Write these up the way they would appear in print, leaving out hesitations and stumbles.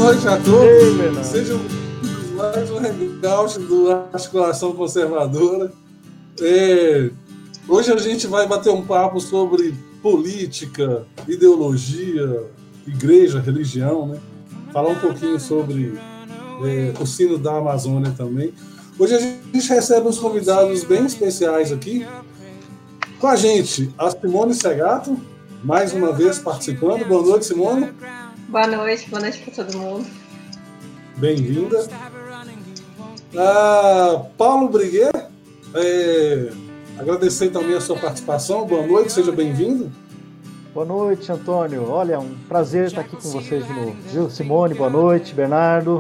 noite a Ei, todos. Bernardo. Sejam bem-vindos a mais um hangout do Articulação Conservadora. Hoje a gente vai bater um papo sobre política, ideologia, igreja, religião, né? Falar um pouquinho sobre o sino da Amazônia também. Hoje a gente recebe uns convidados bem especiais aqui. Com a gente, a Simone Segato, mais uma vez participando. Boa noite, Simone. Boa noite para todo mundo. Bem-vinda. Paulo Briguet, agradecer também a sua participação. Boa noite, seja bem-vindo. Boa noite, Antônio. Olha, um prazer estar aqui com vocês de novo. Viu, Simone? Boa noite, Bernardo.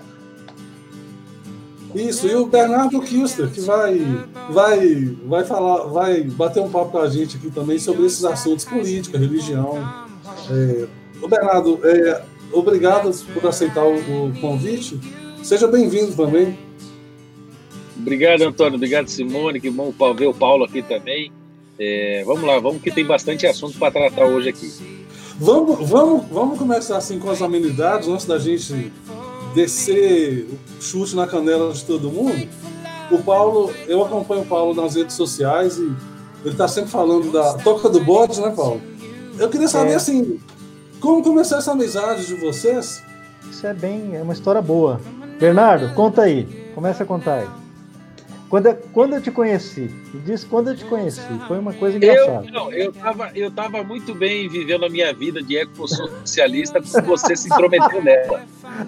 Isso, e o Bernardo Kilster, que vai falar, vai bater um papo com a gente aqui também sobre esses assuntos, política, religião. Bernardo, obrigado por aceitar o convite. Seja bem-vindo também. Obrigado, Antônio. Obrigado, Simone. Que bom ver o Paulo aqui também. Vamos lá, vamos que tem bastante assunto para tratar hoje aqui. Vamos começar assim com as amenidades, antes da gente descer o chute na canela de todo mundo. O Paulo, eu acompanho o Paulo nas redes sociais e ele está sempre falando da toca do bode, né, Paulo? Eu queria saber, assim, como começou essa amizade de vocês? Isso é uma história boa. Bernardo, conta aí. Começa a contar aí. Quando eu te conheci, me diz quando eu te conheci, foi uma coisa engraçada. Eu tava muito bem vivendo a minha vida de ecossocialista quando você se intrometeu nela.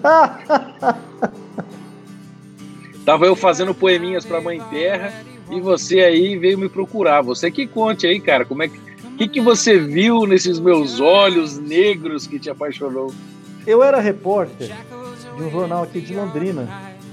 Tava eu fazendo poeminhas pra Mãe Terra e você aí veio me procurar. Você que conte aí, cara, como é que você viu nesses meus olhos negros que te apaixonou? Eu era repórter de um jornal aqui de Londrina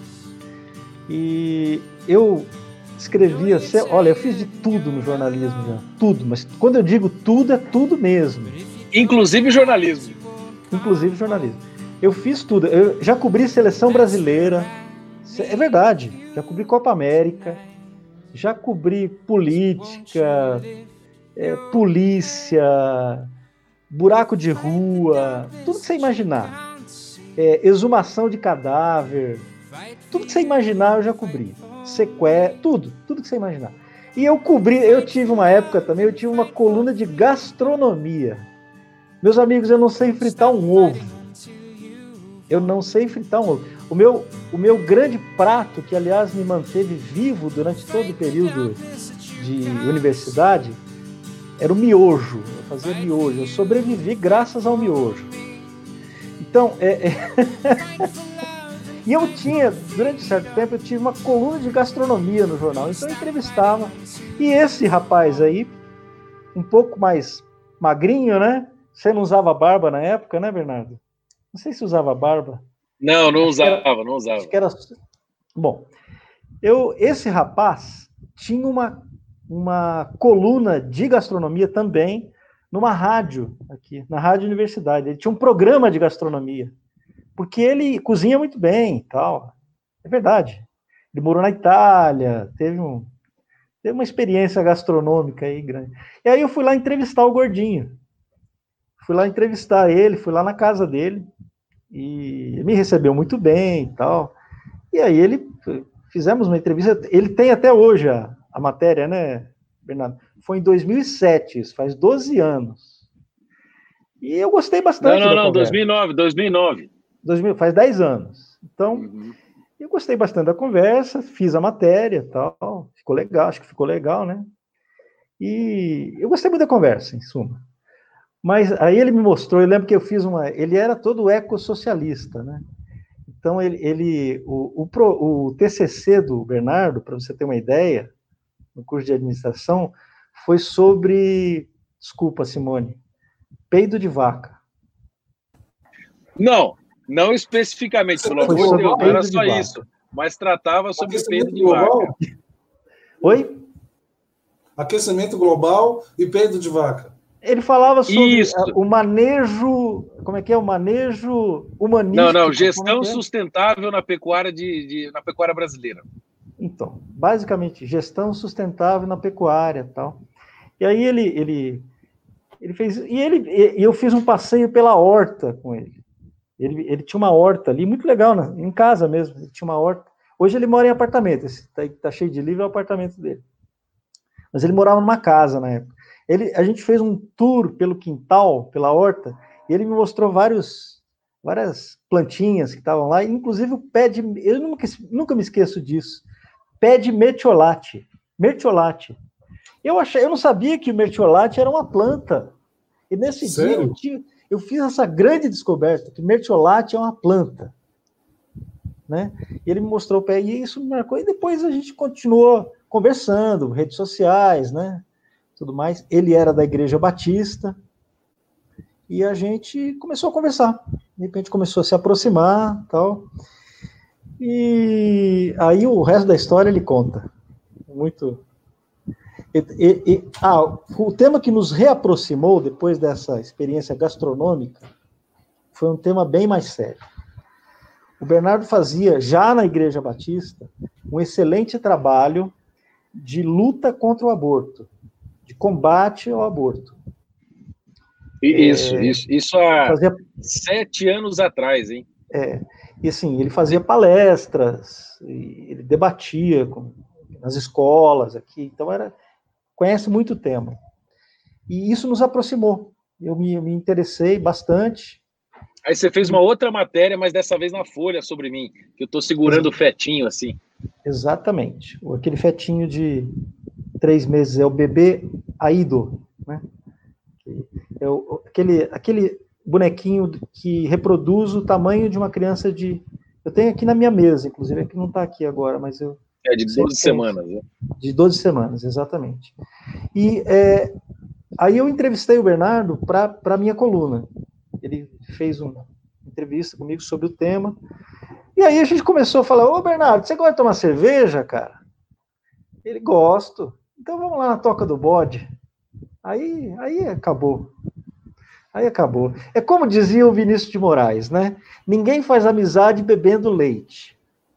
e eu escrevia, olha, eu fiz de tudo no jornalismo já, tudo, mas quando eu digo tudo, é tudo mesmo. Inclusive jornalismo. Inclusive jornalismo. Eu fiz tudo, eu já cobri seleção brasileira, é verdade, já cobri Copa América, já cobri política, polícia, buraco de rua, tudo que você imaginar. Exumação de cadáver, tudo que você imaginar eu já cobri. Sequestro, tudo que você imaginar. E eu tive uma época também, eu tive uma coluna de gastronomia. Meus amigos, eu não sei fritar um ovo. Eu não sei fritar um ovo. O meu grande prato, que aliás me manteve vivo durante todo o período de universidade, era o miojo. Eu fazia miojo. Eu sobrevivi graças ao miojo. Então, E eu tinha, durante certo tempo, eu tive uma coluna de gastronomia no jornal. Então eu entrevistava. E esse rapaz aí, um pouco mais magrinho, né? Você não usava barba na época, né, Bernardo? Não sei se usava barba. Não usava. Acho que era... Bom, esse rapaz tinha uma coluna de gastronomia também numa rádio aqui, na Rádio Universidade. Ele tinha um programa de gastronomia, porque ele cozinha muito bem e tal. É verdade. Ele morou na Itália, teve uma experiência gastronômica aí grande. E aí eu fui lá entrevistar o Gordinho. Fui lá entrevistar ele, fui lá na casa dele, e ele me recebeu muito bem e tal. E aí fizemos uma entrevista, ele tem até hoje a matéria, né, Bernardo? Foi em 2007, isso faz 12 anos. E eu gostei bastante da conversa. 2009. Faz 10 anos. Então, eu gostei bastante da conversa, fiz a matéria e tal, ficou legal, acho que ficou legal, né? E eu gostei muito da conversa, em suma. Mas aí ele me mostrou, eu lembro que eu fiz ele era todo ecossocialista, né? Então, o TCC do Bernardo, para você ter uma ideia, no curso de administração, foi sobre, desculpa, Simone, peido de vaca. Não especificamente, pelo amor de Deus, não era só isso, mas tratava sobre peido de vaca. Oi? Aquecimento global e peido de vaca. Ele falava sobre o manejo, como é que é? O manejo humanístico. Não, gestão sustentável na pecuária na pecuária brasileira. Então, basicamente, gestão sustentável na pecuária e tal. E aí ele fez, e eu fiz um passeio pela horta com ele. Ele tinha uma horta ali, muito legal, né? Em casa mesmo, ele tinha uma horta. Hoje ele mora em apartamento, esse tá cheio de livro, é o apartamento dele. Mas ele morava numa casa na época. A gente fez um tour pelo quintal, pela horta, e ele me mostrou várias plantinhas que estavam lá, inclusive o pé de... Eu nunca me esqueço disso. Pé de mertiolate. Mertiolate. Eu não sabia que o mertiolate era uma planta. E nesse Sério? dia eu fiz essa grande descoberta, que mertiolate é uma planta. Né? E ele me mostrou o pé, e isso me marcou. E depois a gente continuou conversando, redes sociais, né? Tudo mais. Ele era da Igreja Batista, e a gente começou a conversar. De repente começou a se aproximar, tal. E aí o resto da história ele conta. Muito. O tema que nos reaproximou depois dessa experiência gastronômica foi um tema bem mais sério. O Bernardo fazia, já na Igreja Batista, um excelente trabalho de luta contra o aborto, de combate ao aborto. Isso há 7 anos atrás, hein? E assim, ele fazia palestras, ele debatia nas escolas aqui, então conhece muito o tema. E isso nos aproximou. Eu me interessei bastante. Aí você fez uma outra matéria, mas dessa vez na Folha, sobre mim, que eu estou segurando o fetinho, assim. Exatamente. Aquele fetinho de 3 meses é o bebê Aido, né? Aquele bonequinho que reproduz o tamanho de uma criança de... Eu tenho aqui na minha mesa, inclusive, que não está aqui agora, mas eu... De 12 semanas, né? De 12 semanas, exatamente. E aí eu entrevistei o Bernardo para a minha coluna. Ele fez uma entrevista comigo sobre o tema. E aí a gente começou a falar: ô Bernardo, você gosta de tomar cerveja, cara? Ele: gosto. Então vamos lá na Toca do Bode. Aí acabou. Aí acabou. É como dizia o Vinícius de Moraes, né? Ninguém faz amizade bebendo leite.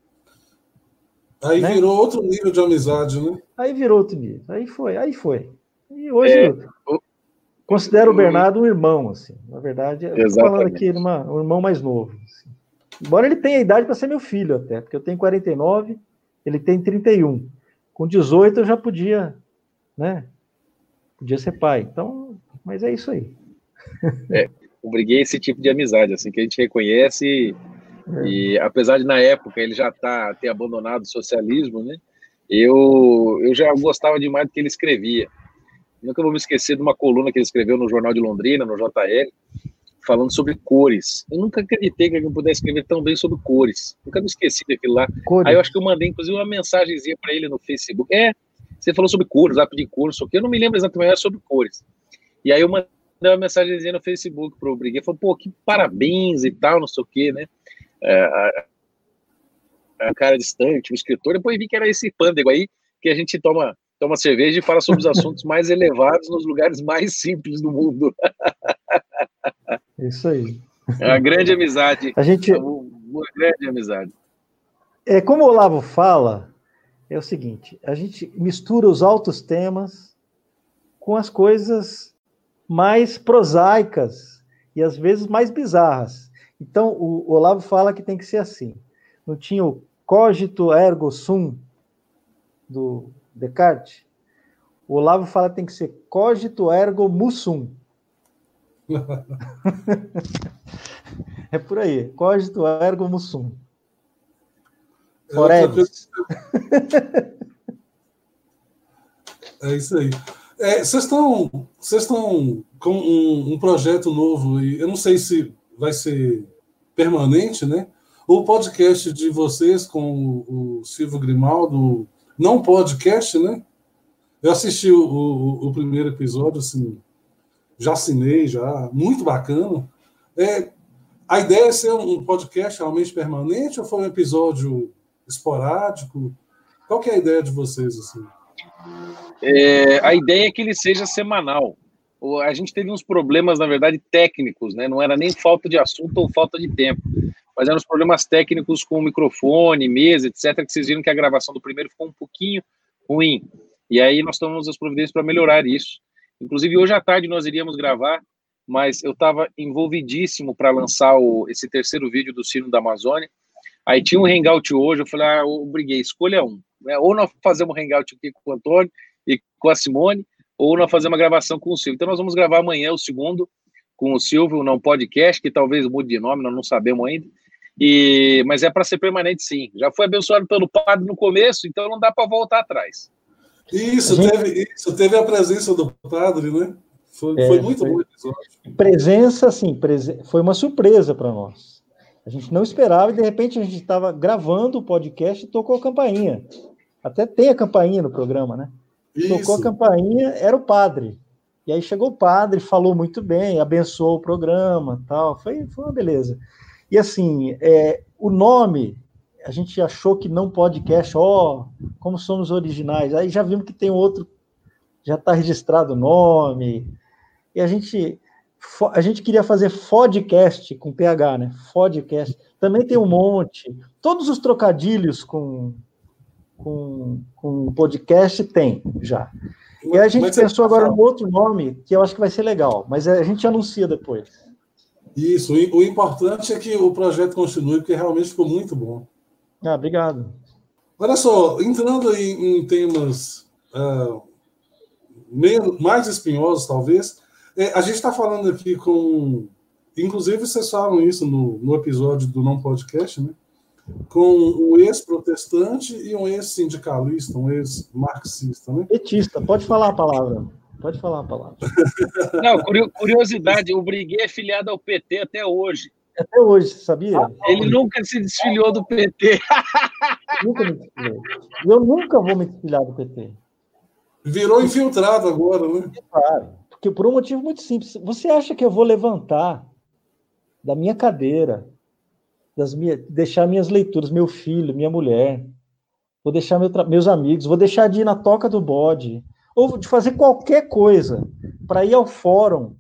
Aí né? Virou outro nível de amizade, né? Aí virou outro nível. Aí foi. E hoje considero o Bernardo um irmão, assim. Na verdade, eu estou falando aqui um irmão mais novo. Assim. Embora ele tenha idade para ser meu filho até, porque eu tenho 49, ele tem 31. Com 18 eu já podia, né? Podia ser pai. Então, mas é isso aí. O Briguet é esse tipo de amizade, assim, que a gente reconhece e apesar de na época ele já ter abandonado o socialismo, né? Eu já gostava demais do que ele escrevia. Nunca vou me esquecer de uma coluna que ele escreveu no Jornal de Londrina, no JL, falando sobre cores. Eu nunca acreditei que alguém pudesse escrever tão bem sobre cores. Nunca me esqueci daquilo lá. Cores. Aí eu acho que eu mandei, inclusive, uma mensagenzinha para ele no Facebook. Você falou sobre cores, lá pedir cores, só que eu não me lembro exatamente, era sobre cores. E aí eu mandei uma mensagenzinha no Facebook pro Briguet, falou: pô, que parabéns e tal, não sei o quê, né? A cara distante, o escritor. Depois vi que era esse pândego aí, que a gente toma cerveja e fala sobre os assuntos mais elevados nos lugares mais simples do mundo. Isso aí. É uma grande amizade. Uma grande amizade. Como o Olavo fala, é o seguinte: a gente mistura os altos temas com as coisas mais prosaicas e às vezes mais bizarras. Então, o Olavo fala que tem que ser assim. Não tinha o cogito ergo sum do Descartes? O Olavo fala que tem que ser cogito ergo mussum. É por aí. Cogito ergo mussum. Forever. É isso aí. Vocês estão com um projeto novo, e eu não sei se vai ser permanente, né? O podcast de vocês com o Silvio Grimaldo, não podcast, né? Eu assisti o primeiro episódio, assim, já assinei, muito bacana. A ideia é ser um podcast realmente permanente ou foi um episódio esporádico? Qual que é a ideia de vocês, assim? A ideia é que ele seja semanal. A gente teve uns problemas, na verdade, técnicos, né? Não era nem falta de assunto ou falta de tempo, mas eram os problemas técnicos com o microfone, mesa, etc., que vocês viram que a gravação do primeiro ficou um pouquinho ruim. E aí nós tomamos as providências para melhorar isso. Inclusive, hoje à tarde nós iríamos gravar mas eu estava envolvidíssimo para lançar esse terceiro vídeo do Sino da Amazônia. Aí tinha um hangout hoje, eu falei, eu briguei, escolha um, né? Ou nós fazemos um hangout aqui com o Antônio e com a Simone, ou nós fazemos uma gravação com o Silvio. Então nós vamos gravar amanhã o segundo com o Silvio, num podcast, que talvez mude de nome, nós não sabemos ainda, mas é para ser permanente, sim. Já foi abençoado pelo padre no começo, então não dá para voltar atrás. Isso, teve a presença do padre, né? Foi muito bom o episódio. Presença, assim, foi uma surpresa para nós. A gente não esperava e, de repente, a gente estava gravando o podcast e tocou a campainha. Até tem a campainha no programa, né? Isso. Tocou a campainha, era o padre. E aí chegou o padre, falou muito bem, abençoou o programa, tal. Foi uma beleza. E, assim, o nome, a gente achou que não podcast, como somos originais. Aí já vimos que tem outro, já está registrado o nome. E a gente queria fazer Fodcast com PH, né? Fodcast. Também tem um monte. Todos os trocadilhos com podcast tem já. E a gente pensou agora no outro nome, que eu acho que vai ser legal, mas a gente anuncia depois. Isso. O importante é que o projeto continue, porque realmente ficou muito bom. Obrigado. Olha só, entrando em temas mais espinhosos, talvez, a gente está falando aqui com... Inclusive, vocês falam isso no episódio do Não Podcast, né? Com um ex-protestante e um ex-sindicalista, um ex-marxista, né? Petista, pode falar a palavra. Pode falar a palavra. Não, curiosidade, o Briguet é filiado ao PT até hoje. Até hoje, sabia? Ele nunca se desfiliou do PT. Nunca me desfilei. E eu nunca vou me desfiliar do PT. Virou infiltrado agora, né? Claro, porque por um motivo muito simples. Você acha que eu vou levantar da minha cadeira, deixar minhas leituras, meu filho, minha mulher, vou deixar meus amigos, vou deixar de ir na toca do bode, ou de fazer qualquer coisa para ir ao fórum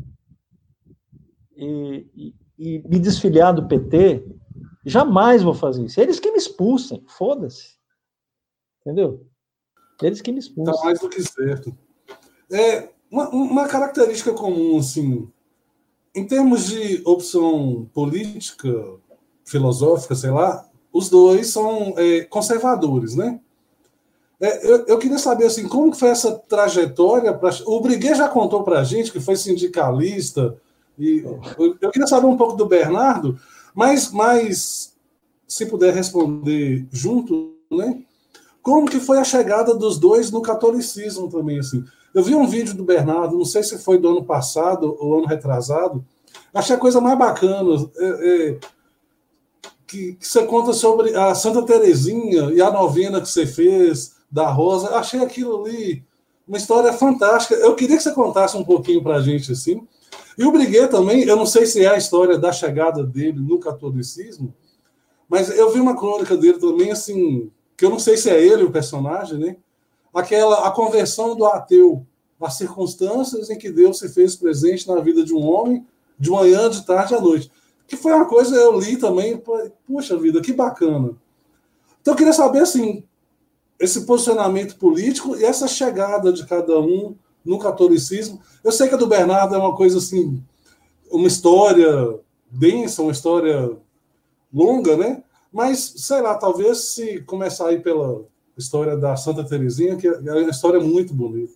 e me desfiliar do PT? Jamais vou fazer isso. Eles que me expulsem, foda-se. Entendeu? Eles que me expulsam. Está mais do que certo. Uma característica comum, assim, em termos de opção política, filosófica, sei lá, os dois são conservadores, né? Eu queria saber, assim, como que foi essa trajetória. O Briguet já contou para a gente que foi sindicalista, e eu queria saber um pouco do Bernardo, mas se puder responder junto, né? Como que foi a chegada dos dois no catolicismo também, assim? Eu vi um vídeo do Bernardo, não sei se foi do ano passado ou ano retrasado, achei a coisa mais bacana, que você conta sobre a Santa Terezinha e a novena que você fez, da Rosa. Achei aquilo ali uma história fantástica. Eu queria que você contasse um pouquinho para a gente, assim. E o Briguet também, eu não sei se é a história da chegada dele no catolicismo, mas eu vi uma crônica dele também, assim, que eu não sei se é ele o personagem, né? A conversão do ateu, as circunstâncias em que Deus se fez presente na vida de um homem, de manhã, de tarde à noite. Que foi uma coisa, eu li também, puxa vida, que bacana. Então eu queria saber, assim, esse posicionamento político e essa chegada de cada um no catolicismo. Eu sei que a do Bernardo é uma coisa, assim, uma história densa, uma história longa, né? Mas, sei lá, talvez se começar aí pela história da Santa Terezinha, que é uma história muito bonita.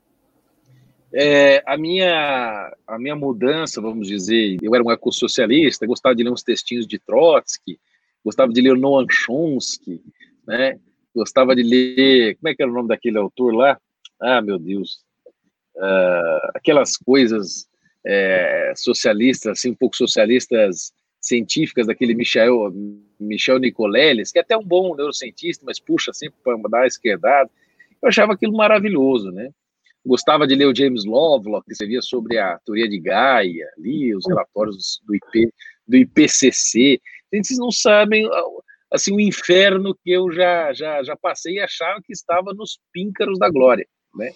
A minha mudança, vamos dizer, eu era um ecossocialista, gostava de ler uns textinhos de Trotsky, gostava de ler o Noam Chomsky, né? Gostava de ler, como é que era o nome daquele autor lá? Ah, meu Deus. Aquelas coisas socialistas, assim, um pouco socialistas científicas, daquele Michel Nicoleles, que é até um bom neurocientista, mas puxa sempre para dar a esquerdada. Eu achava aquilo maravilhoso, né? Gostava de ler o James Lovelock, que escrevia sobre a teoria de Gaia, ali, os relatórios do IPCC. Gente, vocês não sabem assim, o inferno que eu já passei e achava que estava nos píncaros da glória, né?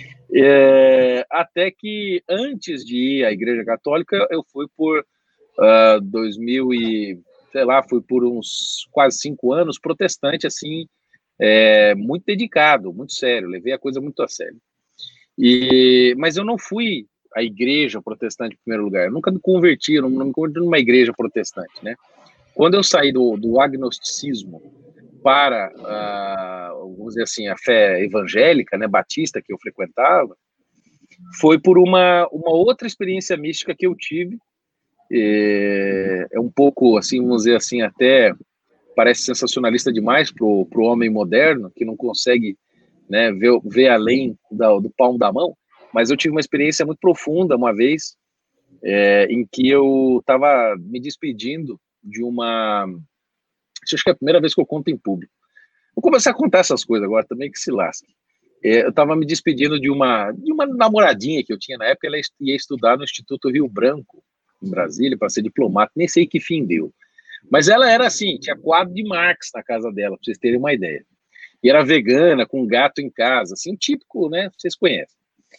Até que, antes de ir à Igreja Católica, eu fui por 2000 e, sei lá, fui por uns quase 5 anos protestante, assim, muito dedicado, muito sério, levei a coisa muito a sério. Mas eu não fui a igreja protestante em primeiro lugar. Eu nunca me converti, eu não me converti numa igreja protestante, né? Quando eu saí do agnosticismo para, vamos dizer assim, a fé evangélica, né, batista, que eu frequentava, foi por uma outra experiência mística que eu tive. É um pouco, assim, vamos dizer assim, até parece sensacionalista demais pro homem moderno, que não consegue, né, ver além do palmo da mão, mas eu tive uma experiência muito profunda uma vez, em que eu estava me despedindo de uma... Acho que é a primeira vez que eu conto em público. Vou começar a contar essas coisas agora também, que se lasque. Eu estava me despedindo de uma namoradinha que eu tinha na época. Ela ia estudar no Instituto Rio Branco, em Brasília, para ser diplomata. Nem sei que fim deu. Mas ela era assim, tinha quadro de Marx na casa dela, para vocês terem uma ideia. E era vegana, com um gato em casa, assim, típico, né? Vocês conhecem.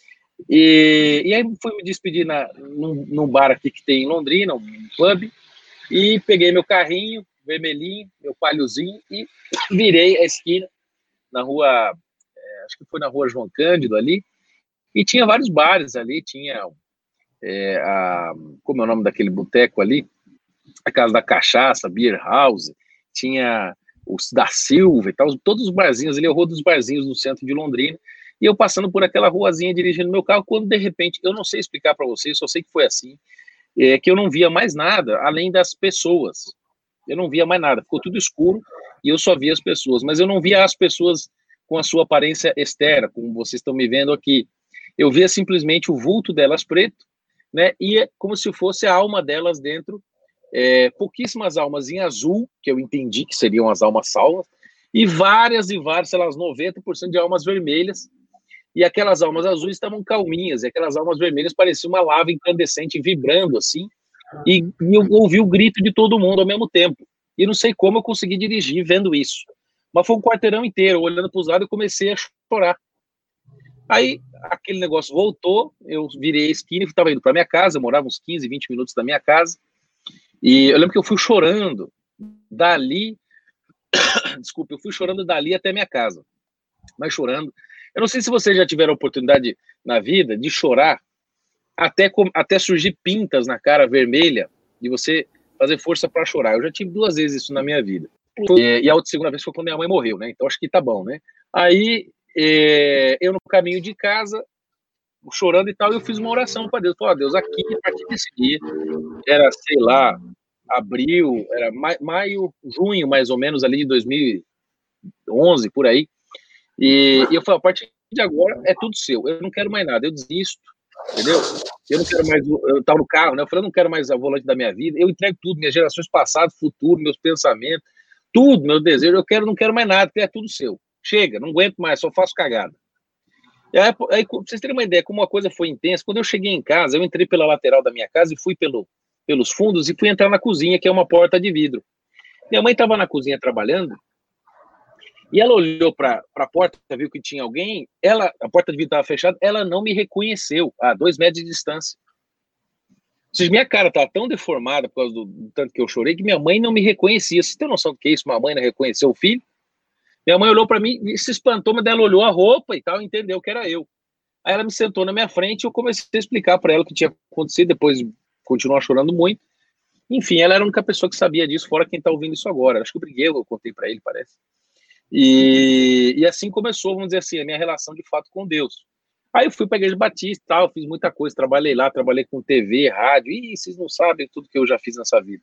E aí fui me despedir num bar aqui que tem em Londrina, um pub, e peguei meu carrinho, vermelhinho, meu palhozinho, e virei a esquina na rua, acho que foi na rua João Cândido ali, e tinha vários bares ali, tinha, como é o nome daquele boteco ali? A Casa da Cachaça, Beer House, tinha os da Silva e tal, todos os barzinhos ali, eu rodo dos barzinhos no centro de Londrina, e eu passando por aquela ruazinha dirigindo meu carro, quando de repente, eu não sei explicar para vocês, só sei que foi assim, que eu não via mais nada além das pessoas. Eu não via mais nada, ficou tudo escuro e eu só via as pessoas, mas eu não via as pessoas com a sua aparência externa, como vocês estão me vendo aqui. Eu via simplesmente o vulto delas preto, né? E como se fosse a alma delas dentro, pouquíssimas almas em azul, que eu entendi que seriam as almas salvas, e várias, sei lá, 90% de almas vermelhas, e aquelas almas azuis estavam calminhas, e aquelas almas vermelhas pareciam uma lava incandescente vibrando assim, e eu ouvi o grito de todo mundo ao mesmo tempo. E não sei como eu consegui dirigir vendo isso. Mas foi um quarteirão inteiro, olhando para os lados, eu comecei a chorar. Aí aquele negócio voltou, eu virei a esquina e estava indo para minha casa, eu morava uns 15, 20 minutos da minha casa, e eu lembro que eu fui chorando dali, desculpa, eu fui chorando dali até minha casa, mas chorando. Eu não sei se vocês já tiveram a oportunidade na vida de chorar até surgir pintas na cara vermelha, de você fazer força para chorar. Eu já tive 2 vezes isso na minha vida. E a outra segunda vez foi quando minha mãe morreu, né? Então acho que tá bom, né? Aí eu no caminho de casa, chorando e tal, eu fiz uma oração para Deus. Falei, Deus, aqui, a partir desse dia, era, sei lá, abril, era maio, junho, mais ou menos, ali de 2011, por aí. E eu falei, a partir de agora é tudo seu. Eu não quero mais nada, eu desisto. Entendeu? Eu não quero mais, eu estava no carro, né? Eu falei, eu não quero mais a volante da minha vida, eu entrego tudo, minhas gerações passadas, futuro, meus pensamentos, tudo, meu desejo, não quero mais nada, porque é tudo seu. Chega, não aguento mais, só faço cagada. E aí, pra vocês terem uma ideia, como a coisa foi intensa, quando eu cheguei em casa, eu entrei pela lateral da minha casa e fui pelos fundos e fui entrar na cozinha, que é uma porta de vidro. Minha mãe estava na cozinha trabalhando, e ela olhou para a porta, viu que tinha alguém, a porta de vidro estava fechada, ela não me reconheceu a 2 metros de distância. Ou seja, minha cara estava tão deformada por causa do tanto que eu chorei, que minha mãe não me reconhecia. Você tem noção do que é isso? Uma mãe não reconheceu o filho? Minha mãe olhou para mim e se espantou, mas ela olhou a roupa e tal, entendeu que era eu. Aí ela me sentou na minha frente e eu comecei a explicar para ela o que tinha acontecido, depois continuar chorando muito. Enfim, ela era a única pessoa que sabia disso, fora quem está ouvindo isso agora. Acho que o Briguelo, eu contei para ele, parece. E assim começou, vamos dizer assim, a minha relação de fato com Deus. Aí eu fui para a Igreja Batista e tal, fiz muita coisa, trabalhei lá, trabalhei com TV, rádio, e vocês não sabem tudo que eu já fiz nessa vida.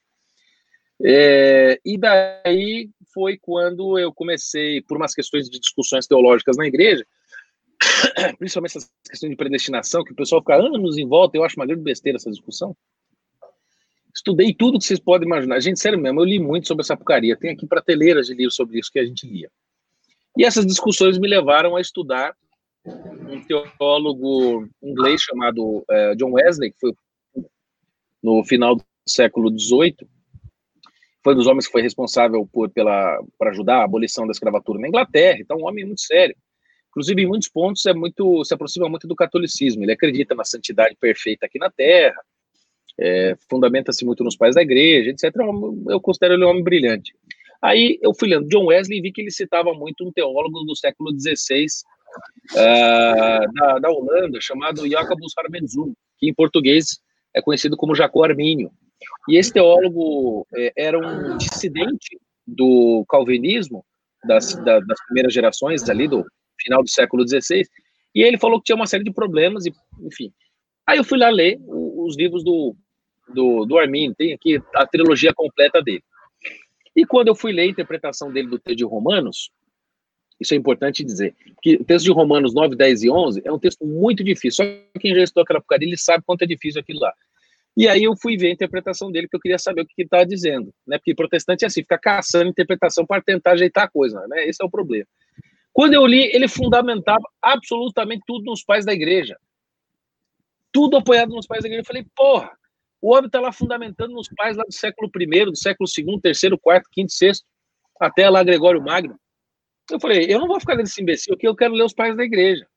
E daí foi quando eu comecei, por umas questões de discussões teológicas na igreja, principalmente essas questões de predestinação, que o pessoal fica anos em volta, eu acho uma grande besteira essa discussão. Estudei tudo que vocês podem imaginar. Gente, sério mesmo, eu li muito sobre essa porcaria. Tem aqui prateleiras de livros sobre isso que a gente lia. E essas discussões me levaram a estudar um teólogo inglês chamado John Wesley, que foi no final do século XVIII. Foi um dos homens que foi responsável para ajudar a abolição da escravatura na Inglaterra. Então, um homem muito sério. Inclusive, em muitos pontos, se aproxima muito do catolicismo. Ele acredita na santidade perfeita aqui na Terra, fundamenta-se muito nos pais da igreja, etc. Eu considero ele um homem brilhante. Aí eu fui lendo John Wesley e vi que ele citava muito um teólogo do século XVI da Holanda, chamado Jacobus Harmenszoon. que em português é conhecido como Jacó Armínio. E esse teólogo era um dissidente do calvinismo, das primeiras gerações ali, do final do século XVI, e ele falou que tinha uma série de problemas, e, enfim. Aí eu fui lá ler os livros do Armínio, tem aqui a trilogia completa dele. E quando eu fui ler a interpretação dele do texto de Romanos, isso é importante dizer, que o texto de Romanos 9, 10 e 11 é um texto muito difícil, só quem já estudou aquela porcaria, ele sabe quanto é difícil aquilo lá. E aí eu fui ver a interpretação dele, porque eu queria saber o que ele estava dizendo, né? Porque protestante é assim, fica caçando interpretação para tentar ajeitar a coisa, né? Esse é o problema. Quando eu li, ele fundamentava absolutamente tudo nos pais da igreja. Tudo apoiado nos pais da igreja. Eu falei, porra, o homem está lá fundamentando nos pais lá do século I, do século II, III, IV, V, VI, até lá Gregório Magno. Eu falei, eu não vou ficar nesse imbecil aqui, eu quero ler os pais da igreja.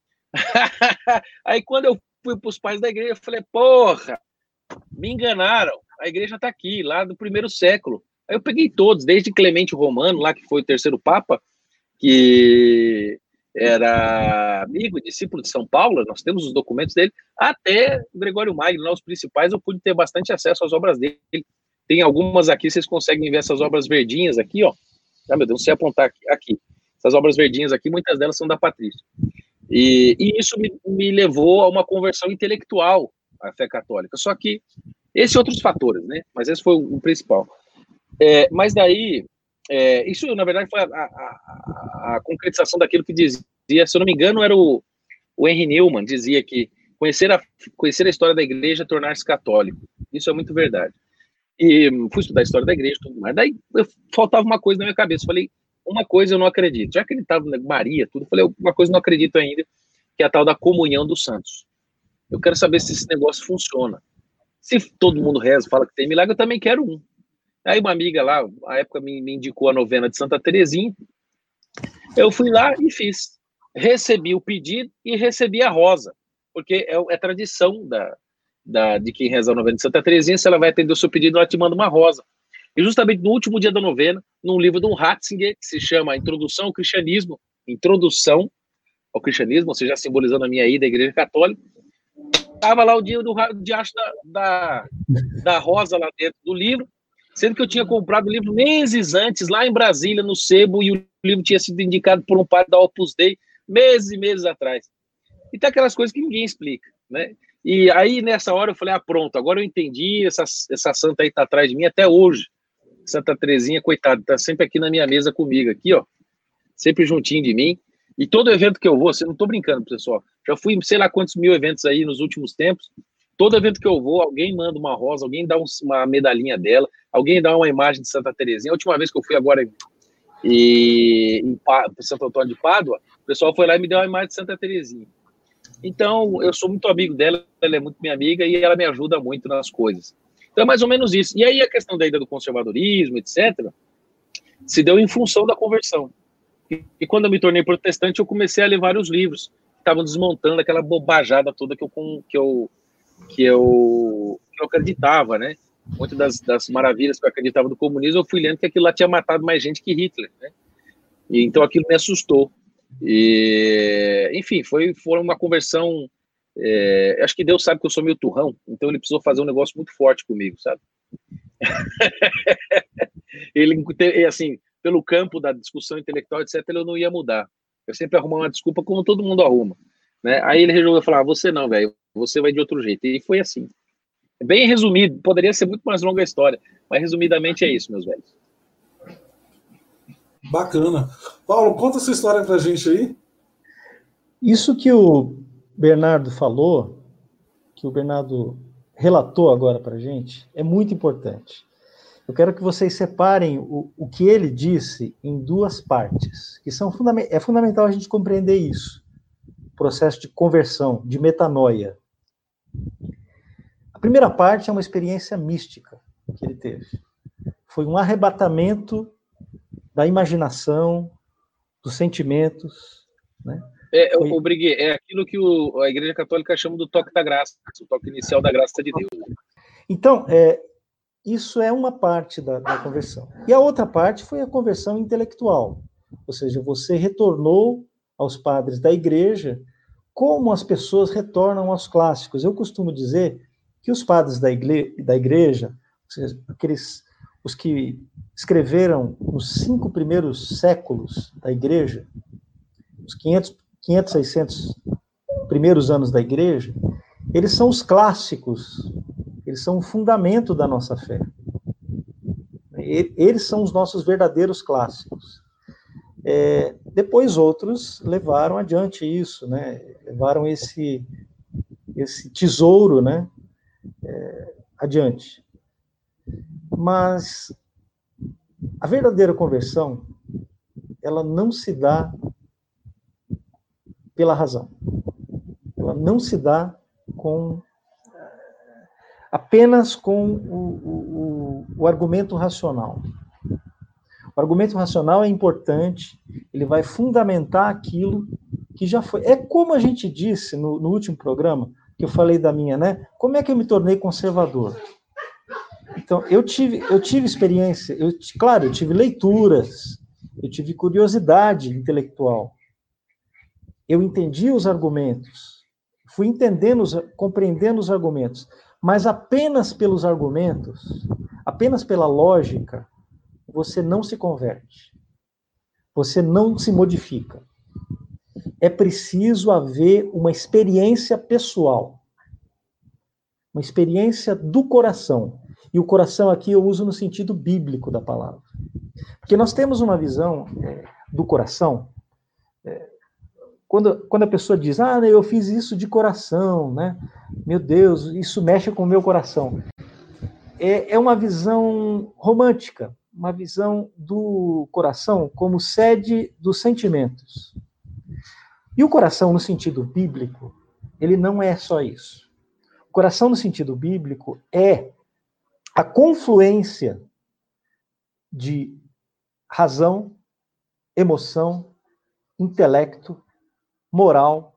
Aí quando eu fui para os pais da igreja, eu falei, porra, me enganaram, a igreja está aqui, lá do primeiro século. Aí eu peguei todos, desde Clemente Romano, lá que foi o terceiro papa, que era amigo e discípulo de São Paulo, nós temos os documentos dele, até Gregório Magno, lá os principais, eu pude ter bastante acesso às obras dele. Tem algumas aqui, vocês conseguem ver essas obras verdinhas aqui, ó. Ah, meu Deus, não sei apontar aqui. Essas obras verdinhas aqui, muitas delas são da Patrícia. E isso me levou a uma conversão intelectual à fé católica. Só que, esses outros fatores, né? Mas esse foi o principal. Mas daí, isso, na verdade, foi a concretização daquilo que dizia, se eu não me engano, era o Henry Newman, dizia que conhecer a história da igreja é tornar-se católico. Isso é muito verdade. E fui estudar a história da igreja, tudo mais. Daí faltava uma coisa na minha cabeça. Falei, uma coisa eu não acredito. Já acreditava em Maria, tudo. Falei, uma coisa eu não acredito ainda, que é a tal da comunhão dos santos. Eu quero saber se esse negócio funciona. Se todo mundo reza, fala que tem milagre, eu também quero um. Aí uma amiga lá, à época, me indicou a novena de Santa Terezinha. Eu fui lá e fiz. Recebi o pedido e recebi a rosa. Porque é tradição de quem reza a novena de Santa Terezinha, se ela vai atender o seu pedido, ela te manda uma rosa. E justamente no último dia da novena, num livro de um Ratzinger, que se chama Introdução ao Cristianismo, ou seja, simbolizando a minha ida à Igreja Católica, estava lá o dia do diacho da rosa lá dentro do livro, sendo que eu tinha comprado o livro meses antes, lá em Brasília, no Sebo, e o livro tinha sido indicado por um padre da Opus Dei, meses e meses atrás. E tem aquelas coisas que ninguém explica, né? E aí, nessa hora, eu falei, pronto, agora eu entendi, essa santa aí tá atrás de mim até hoje. Santa Terezinha, coitada, tá sempre aqui na minha mesa comigo, aqui, ó, sempre juntinho de mim. E todo evento que eu vou, não tô brincando, pessoal, já fui sei lá quantos mil eventos aí nos últimos tempos, todo evento que eu vou, alguém manda uma rosa, alguém dá uma medalhinha dela, alguém dá uma imagem de Santa Terezinha. A última vez que eu fui agora em Santo Antônio de Pádua, o pessoal foi lá e me deu uma imagem de Santa Terezinha. Então, eu sou muito amigo dela, ela é muito minha amiga e ela me ajuda muito nas coisas. Então, é mais ou menos isso. E aí, a questão da ida do conservadorismo, etc., se deu em função da conversão. E quando eu me tornei protestante, eu comecei a ler vários livros que estavam desmontando aquela bobajada toda que eu acreditava, né? Muitas das maravilhas que eu acreditava do comunismo, eu fui lendo que aquilo lá tinha matado mais gente que Hitler, né? E então aquilo me assustou. E, enfim, foi uma conversão. Acho que Deus sabe que eu sou meio turrão, então ele precisou fazer um negócio muito forte comigo, sabe? Ele, assim, pelo campo da discussão intelectual, etc., eu não ia mudar. Eu sempre arrumava uma desculpa, como todo mundo arruma, né? Aí ele resolveu falar: você não, velho, você vai de outro jeito. E foi assim. Bem resumido, poderia ser muito mais longa a história, mas resumidamente é isso, meus velhos. Bacana. Paulo, conta essa história pra gente aí. Isso que o Bernardo falou, que o Bernardo relatou agora pra gente, é muito importante. Eu quero que vocês separem o que ele disse em duas partes, que são é fundamental a gente compreender isso. O processo de conversão, de metanoia. A primeira parte é uma experiência mística que ele teve. Foi um arrebatamento da imaginação, dos sentimentos, né? O Briguet, é aquilo que a Igreja Católica chama do toque da graça, o toque inicial da graça de Deus. Então, isso é uma parte da conversão. E a outra parte foi a conversão intelectual. Ou seja, você retornou aos padres da igreja como as pessoas retornam aos clássicos. Eu costumo dizer que os padres da igreja, os que escreveram nos 5 primeiros séculos da igreja, os 500, 600 primeiros anos da igreja, eles são os clássicos, eles são o fundamento da nossa fé. Eles são os nossos verdadeiros clássicos. Depois outros levaram adiante isso, né? Levaram esse tesouro, né? Adiante. Mas a verdadeira conversão, ela não se dá pela razão. Ela não se dá apenas com o argumento racional. O argumento racional é importante, ele vai fundamentar aquilo que já foi. É como a gente disse no último programa, que eu falei da minha, né? Como é que eu me tornei conservador? Então, eu tive experiência, claro, eu tive leituras, eu tive curiosidade intelectual. Eu entendi os argumentos, fui compreendendo os argumentos, mas apenas pelos argumentos, apenas pela lógica, você não se converte. Você não se modifica. É preciso haver uma experiência pessoal. Uma experiência do coração. E o coração aqui eu uso no sentido bíblico da palavra. Porque nós temos uma visão do coração. Quando a pessoa diz, eu fiz isso de coração, né? Meu Deus, isso mexe com o meu coração. É uma visão romântica. Uma visão do coração como sede dos sentimentos. E o coração, no sentido bíblico, ele não é só isso. O coração, no sentido bíblico, é a confluência de razão, emoção, intelecto, moral,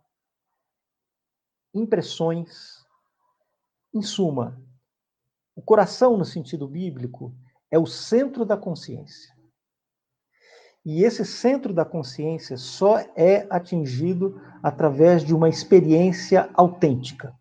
impressões. Em suma, o coração, no sentido bíblico, é o centro da consciência. E esse centro da consciência só é atingido através de uma experiência autêntica,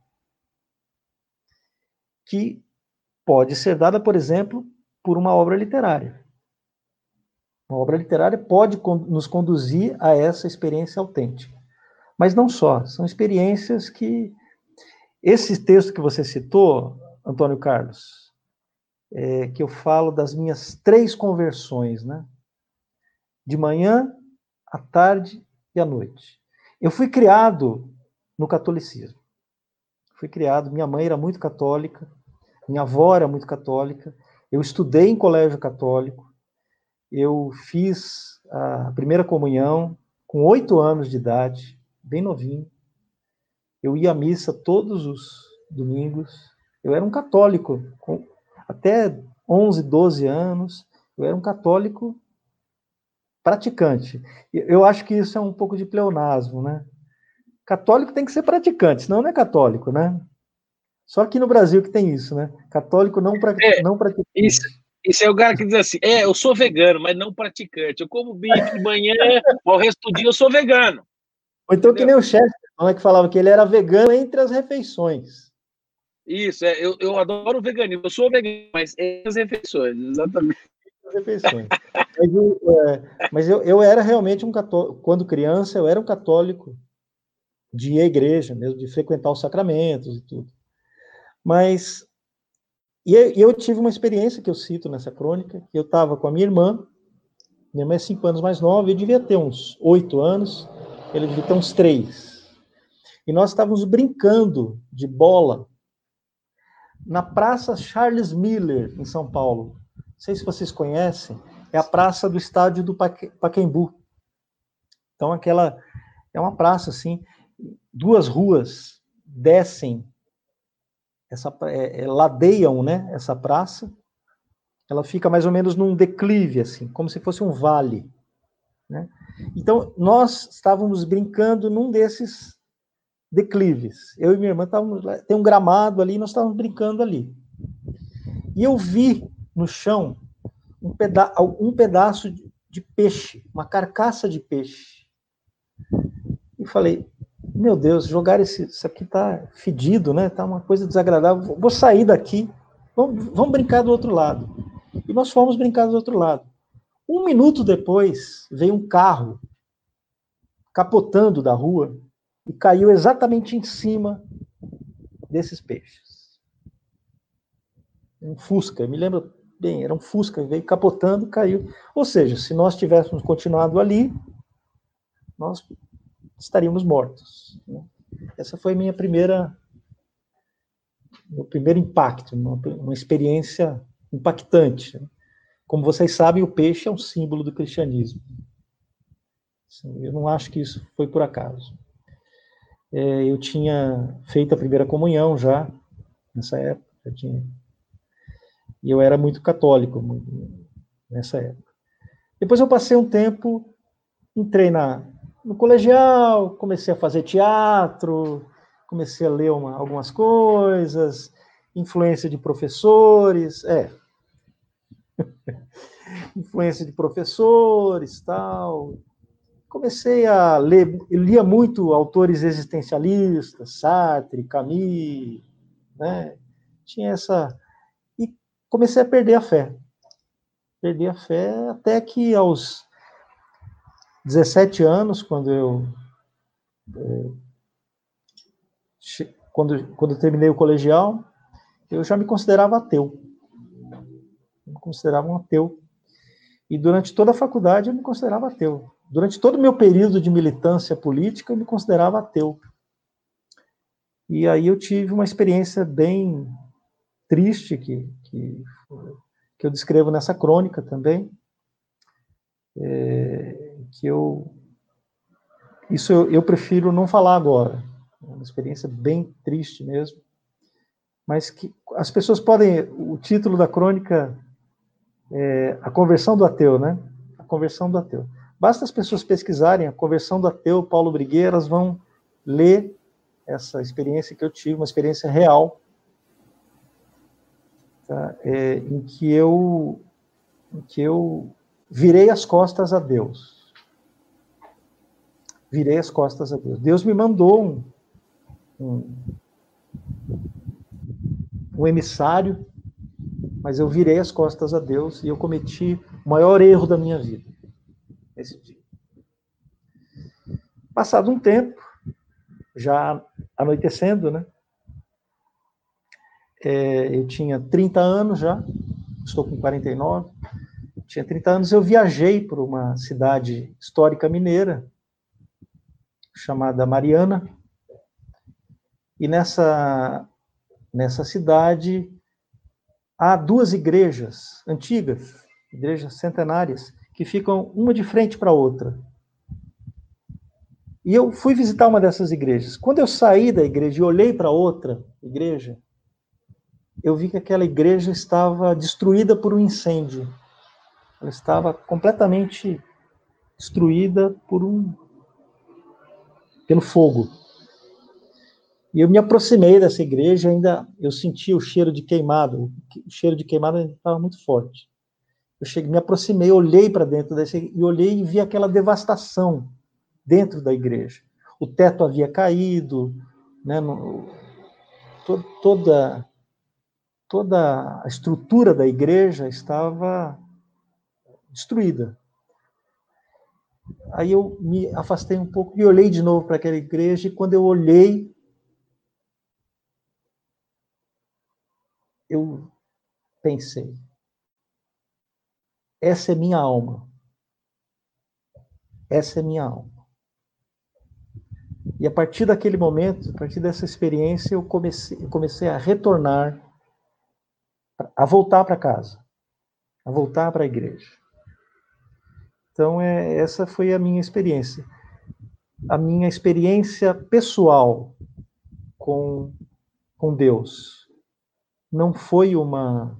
que pode ser dada, por exemplo, por uma obra literária. Uma obra literária pode nos conduzir a essa experiência autêntica. Mas não só, são experiências que... Esse texto que você citou, Antônio Carlos, que eu falo das minhas 3 conversões, né? De manhã, à tarde e à noite. Eu fui criado no catolicismo. Minha mãe era muito católica, minha avó era muito católica, eu estudei em colégio católico, eu fiz a primeira comunhão com 8 anos de idade, bem novinho. Eu ia à missa todos os domingos. Eu era um católico, até 11, 12 anos, eu era um católico praticante. Eu acho que isso é um pouco de pleonasmo, né? Católico tem que ser praticante, senão não é católico, né? Só aqui no Brasil que tem isso, né? Católico não praticante. Isso é o cara que diz assim, eu sou vegano, mas não praticante. Eu como bife de manhã, ao resto do dia eu sou vegano. Ou então, que nem o Chesterton, que falava que ele era vegano entre as refeições. Isso, eu adoro o veganismo. Eu sou vegano, mas entre as refeições, exatamente. Refeições. Mas eu era realmente um católico. Quando criança, eu era um católico de ir à igreja, mesmo de frequentar os sacramentos e tudo. Mas eu tive uma experiência que eu cito nessa crônica, que eu estava com a minha irmã é 5 anos mais nova, eu devia ter uns 8 anos, ele devia ter uns 3. E nós estávamos brincando de bola na Praça Charles Miller, em São Paulo. Não sei se vocês conhecem, é a praça do estádio do Pacaembu. Então, aquela é uma praça, assim, 2 ruas descem, ladeiam, né, essa praça. Ela fica mais ou menos num declive, assim, como se fosse um vale, né? Então, nós estávamos brincando num desses declives. Eu e minha irmã estávamos lá, tem um gramado ali, nós estávamos brincando ali. E eu vi no chão um pedaço de peixe, uma carcaça de peixe. E falei, meu Deus, jogar isso aqui tá fedido, né? Tá uma coisa desagradável. Vou sair daqui. Vamos brincar do outro lado. E nós fomos brincar do outro lado. 1 minuto depois, veio um carro capotando da rua e caiu exatamente em cima desses peixes. Um Fusca, me lembro bem, era um Fusca, veio capotando e caiu. Ou seja, se nós tivéssemos continuado ali, nós estaríamos mortos. Essa foi meu primeiro impacto, uma experiência impactante. Como vocês sabem, o peixe é um símbolo do cristianismo. Eu não acho que isso foi por acaso. Eu tinha feito a primeira comunhão já, nessa época. E eu era muito católico nessa época. Depois eu passei um tempo, entrei no colegial, comecei a fazer teatro, comecei a ler algumas coisas, influência de professores, influência de professores, tal. Comecei a ler, eu lia muito autores existencialistas, Sartre, Camus, né? Tinha essa... E comecei a perder a fé. Perdi a fé até que aos 17 anos, quando eu terminei o colegial, eu já me considerava ateu. Eu me considerava um ateu. E durante toda a faculdade eu me considerava ateu. Durante todo o meu período de militância política, eu me considerava ateu. E aí eu tive uma experiência bem triste, que eu descrevo nessa crônica também, isso eu prefiro não falar agora. É uma experiência bem triste mesmo. Mas que as pessoas podem... O título da crônica é A Conversão do Ateu, né? A Conversão do Ateu. Basta as pessoas pesquisarem A Conversão do Ateu, Paulo Briguet, elas vão ler essa experiência que eu tive, uma experiência real, tá? Em que eu virei as costas a Deus. Virei as costas a Deus. Deus me mandou um emissário, mas eu virei as costas a Deus e eu cometi o maior erro da minha vida nesse dia. Passado um tempo, já anoitecendo, né? Eu tinha 30 anos já, estou com 49, tinha 30 anos, eu viajei para uma cidade histórica mineira, chamada Mariana, e nessa cidade há 2 igrejas antigas, igrejas centenárias, que ficam uma de frente para a outra. E eu fui visitar uma dessas igrejas. Quando eu saí da igreja e olhei para outra igreja, eu vi que aquela igreja estava destruída por um incêndio. Ela estava completamente destruída pelo fogo. E eu me aproximei dessa igreja, ainda eu senti o cheiro de queimado. O cheiro de queimado ainda estava muito forte. Me aproximei, olhei para dentro dessa e olhei e vi aquela devastação dentro da igreja. O teto havia caído, né, toda a estrutura da igreja estava destruída. Aí eu me afastei um pouco e olhei de novo para aquela igreja, e quando eu olhei, eu pensei, essa é minha alma. Essa é minha alma. E a partir daquele momento, a partir dessa experiência, eu comecei a retornar, a voltar para casa, a voltar para a igreja. Então, essa foi a minha experiência. A minha experiência pessoal com Deus. Não foi um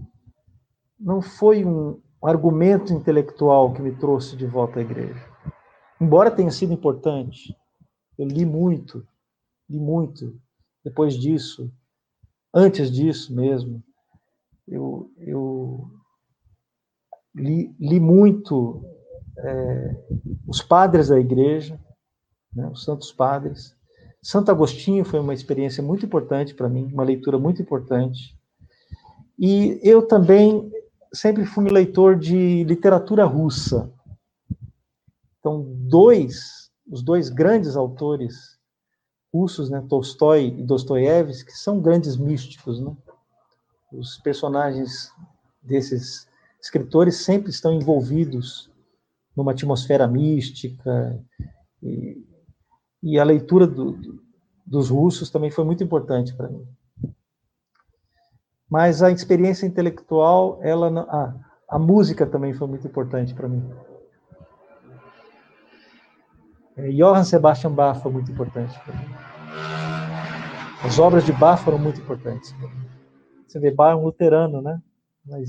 argumento intelectual que me trouxe de volta à igreja. Embora tenha sido importante, eu li muito depois disso, antes disso mesmo, eu li muito os padres da igreja, né, os santos padres, Santo Agostinho foi uma experiência muito importante para mim, uma leitura muito importante. E eu também sempre fui leitor de literatura russa. Então, os dois grandes autores russos, né, Tolstói e Dostoiévski, que são grandes místicos, né? Os personagens desses escritores sempre estão envolvidos numa atmosfera mística, e a leitura dos russos também foi muito importante para mim. Mas a experiência intelectual, a música também foi muito importante para mim. Johann Sebastian Bach foi muito importante para mim. As obras de Bach foram muito importantes para mim. Você vê, Bach é um luterano, né? Mas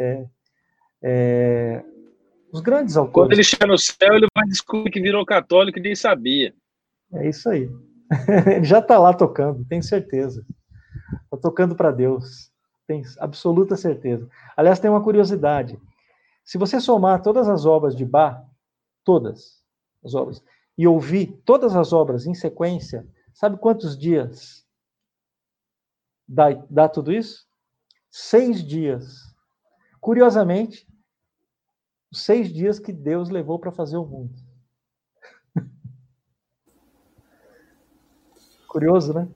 os grandes autores... Quando ele chegar no céu, ele vai descobrir que virou católico e nem sabia. É isso aí. Ele já está lá tocando, tenho certeza. Está tocando para Deus. Tenho absoluta certeza. Aliás, tem uma curiosidade. Se você somar todas as obras de Bach, todas as obras, e ouvir todas as obras em sequência, sabe quantos dias dá tudo isso? 6 dias. Curiosamente, os 6 dias que Deus levou para fazer o mundo. Curioso, né?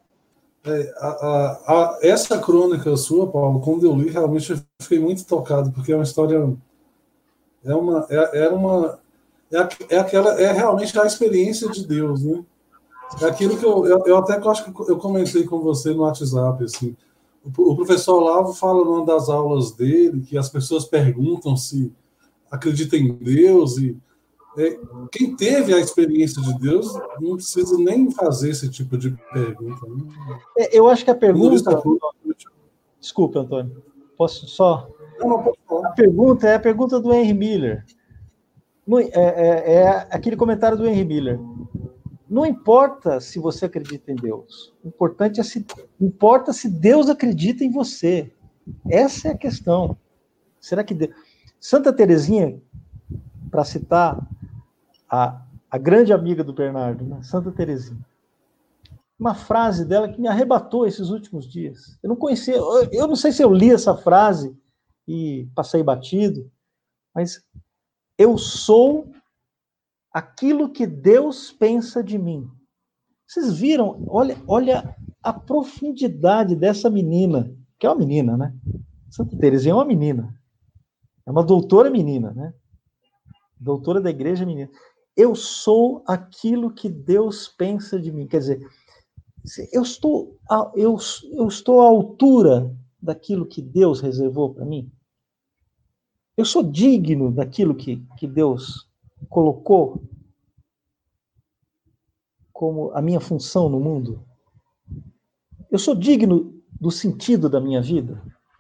Essa crônica sua, Paulo, quando eu li, realmente eu fiquei muito tocado, porque é uma história... É realmente a experiência de Deus, né? É aquilo que eu até acho que eu comentei com você no WhatsApp, assim. O professor Olavo fala numa das aulas dele que as pessoas perguntam se acreditam em Deus, e quem teve a experiência de Deus não precisa nem fazer esse tipo de pergunta. Né? Eu acho que a pergunta... Desculpa, Antônio. Posso só... Não, pode falar. A pergunta é a pergunta do Henry Miller. É aquele comentário do Henry Miller. Não importa se você acredita em Deus. O importante é importa se Deus acredita em você. Essa é a questão. Será que Deus... Santa Teresinha, para citar a grande amiga do Bernardo, né? Santa Teresinha. Uma frase dela que me arrebatou esses últimos dias. Eu não conhecia, eu não sei se eu li essa frase e passei batido, mas eu sou aquilo que Deus pensa de mim. Vocês viram? Olha a profundidade dessa menina, que é uma menina, né? Santa Teresinha é uma menina. É uma doutora menina, né? Doutora da igreja menina. Eu sou aquilo que Deus pensa de mim. Quer dizer, eu estou à altura daquilo que Deus reservou para mim. Eu sou digno daquilo que Deus colocou como a minha função no mundo. Eu sou digno do sentido da minha vida.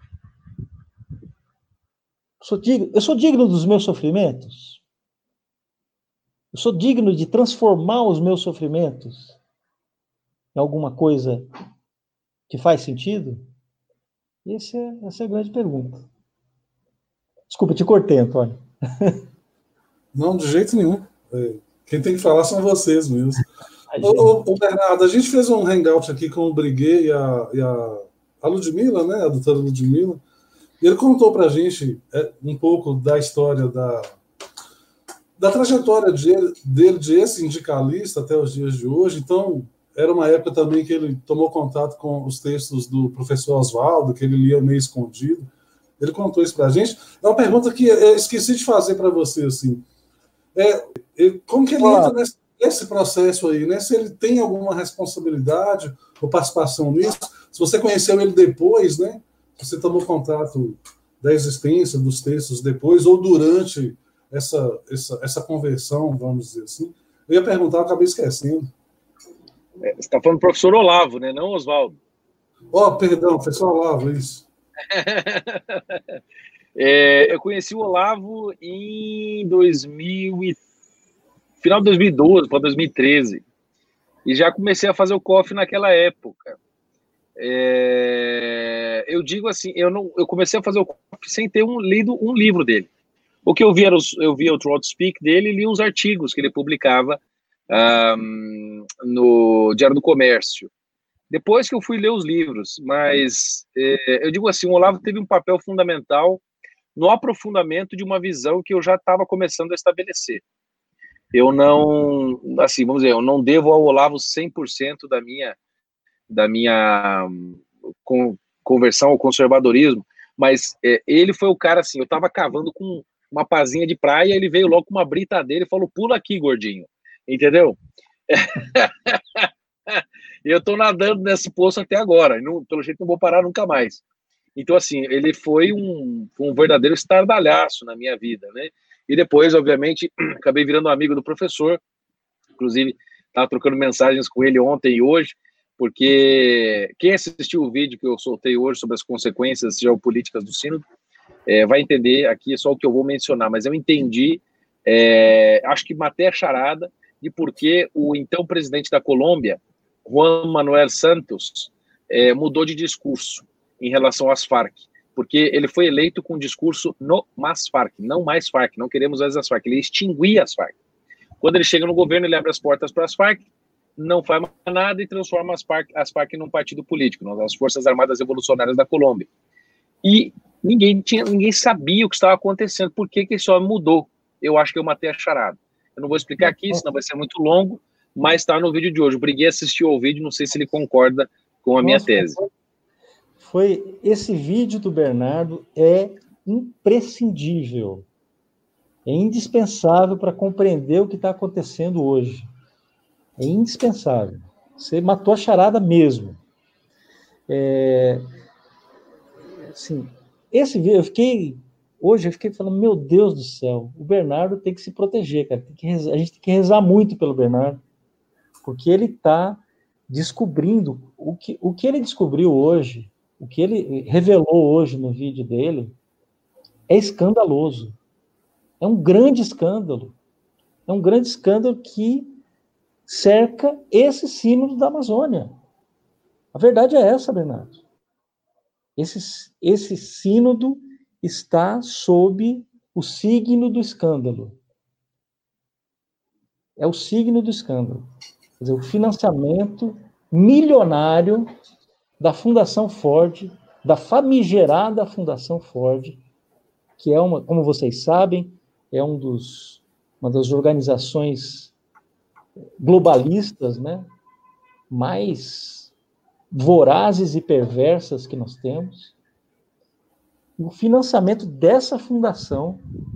Eu sou digno dos meus sofrimentos. Eu sou digno de transformar os meus sofrimentos em alguma coisa que faz sentido? Essa é a grande pergunta. Desculpa, te cortei, Antônio. Não, de jeito nenhum. Quem tem que falar são vocês mesmo. Ô, Bernardo, a gente fez um hangout aqui com o Briguet e a Ludmila, né? A doutora Ludmila. E ele contou para a gente um pouco da história da trajetória dele de ex-sindicalista até os dias de hoje. Então, era uma época também que ele tomou contato com os textos do professor Oswaldo, que ele lia meio escondido. Ele contou isso para a gente. É uma pergunta que eu esqueci de fazer para você, assim. Como que ele entra nesse processo aí, né? Se ele tem alguma responsabilidade ou participação nisso, se você conheceu ele depois, né? Se você tomou contato da existência dos textos depois ou durante essa conversão, vamos dizer assim. Eu ia perguntar, eu acabei esquecendo. Você está falando do professor Olavo, né? Não Oswaldo. Perdão, professor Olavo, isso. Eu conheci o Olavo em final de 2012 para 2013 e já comecei a fazer o COF naquela época. Eu digo assim, eu comecei a fazer o COF sem ter lido um livro dele. O que eu via o Throat Speak dele e li uns artigos que ele publicava no Diário do Comércio. Depois que eu fui ler os livros, mas eu digo assim, o Olavo teve um papel fundamental no aprofundamento de uma visão que eu já estava começando a estabelecer. Eu não, assim, vamos dizer, eu não devo ao Olavo 100% da minha conversão ao conservadorismo, mas ele foi o cara, assim, eu estava cavando com uma pazinha de praia, ele veio logo com uma britadeira e falou, pula aqui, gordinho, entendeu? E eu estou nadando nesse poço até agora, pelo jeito não vou parar nunca mais. Então, assim, ele foi um verdadeiro estardalhaço na minha vida, né? E depois, obviamente, acabei virando amigo do professor, inclusive, estava trocando mensagens com ele ontem e hoje, porque quem assistiu o vídeo que eu soltei hoje sobre as consequências geopolíticas do Sínodo, vai entender aqui só o que eu vou mencionar, mas eu entendi, acho que matei a charada de por que o então presidente da Colômbia, Juan Manuel Santos, mudou de discurso em relação às Farc, porque ele foi eleito com um discurso no mais Farc, não mais Farc, não queremos mais as Farc, ele extinguia as Farc. Quando ele chega no governo, ele abre as portas para as Farc, não faz mais nada e transforma as Farc num partido político, as Forças Armadas Revolucionárias da Colômbia. E ninguém sabia o que estava acontecendo, por que esse homem mudou. Eu acho que eu matei a charada. Eu não vou explicar aqui, senão vai ser muito longo, mas está no vídeo de hoje. O Briguet assistiu ao vídeo, não sei se ele concorda com a minha tese. Esse vídeo do Bernardo é imprescindível, é indispensável para compreender o que está acontecendo hoje. É indispensável. Você matou a charada mesmo. Assim, esse vídeo, hoje eu fiquei falando, meu Deus do céu, o Bernardo tem que se proteger, cara. A gente tem que rezar muito pelo Bernardo, porque ele está descobrindo o que ele descobriu hoje, o que ele revelou hoje no vídeo dele, é escandaloso. É um grande escândalo. É um grande escândalo que cerca esse sínodo da Amazônia. A verdade é essa, Bernardo. Esse sínodo está sob o signo do escândalo. É o signo do escândalo. Quer dizer, o financiamento milionário da Fundação Ford, da famigerada Fundação Ford, que é como vocês sabem, é uma das organizações globalistas, né, mais vorazes e perversas que nós temos. O financiamento dessa fundação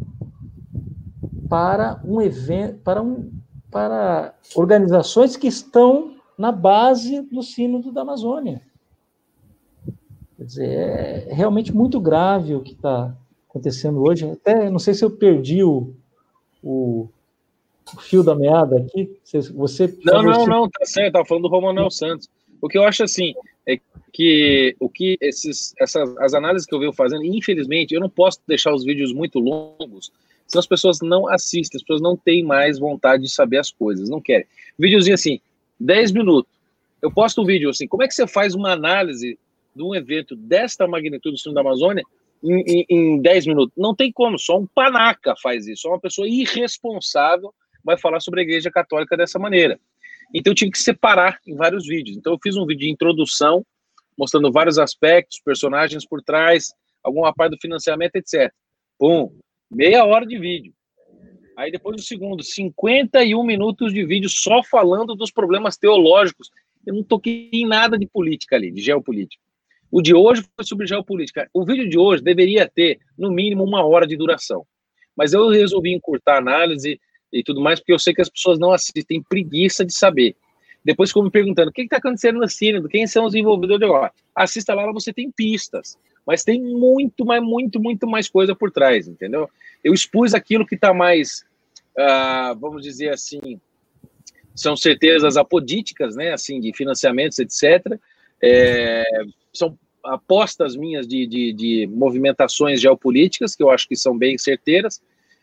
para um evento, para organizações que estão na base do Sínodo da Amazônia. Quer dizer, é realmente muito grave o que está acontecendo hoje. Até não sei se eu perdi o fio da meada aqui. Não, tá certo, estava falando do Romanuel Santos. O que eu acho assim é que as análises que eu venho fazendo, infelizmente, eu não posso deixar os vídeos muito longos, senão as pessoas não assistem, as pessoas não têm mais vontade de saber as coisas, não querem. Videozinho assim, 10 minutos. Eu posto um vídeo assim, como é que você faz uma análise de um evento desta magnitude do Sínodo da Amazônia em 10 minutos? Não tem como, só um panaca faz isso, só uma pessoa irresponsável vai falar sobre a Igreja Católica dessa maneira. Então eu tive que separar em vários vídeos. Então eu fiz um vídeo de introdução, mostrando vários aspectos, personagens por trás, alguma parte do financiamento, etc. Pum, meia hora de vídeo. Aí depois o segundo, 51 minutos de vídeo só falando dos problemas teológicos. Eu não toquei em nada de política ali, de geopolítica. O de hoje foi sobre geopolítica. O vídeo de hoje deveria ter, no mínimo, 1 hora de duração. Mas eu resolvi encurtar a análise e tudo mais, porque eu sei que as pessoas não assistem, preguiça de saber. Depois ficam me perguntando, o que está acontecendo no Sínodo? Quem são os envolvidos agora? Assista lá, você tem pistas. Mas tem muito mais coisa por trás, entendeu? Eu expus aquilo que está mais, vamos dizer assim, são certezas apodíticas, né, assim, de financiamentos, etc. São apostas minhas de movimentações geopolíticas, que eu acho que são bem certeiras,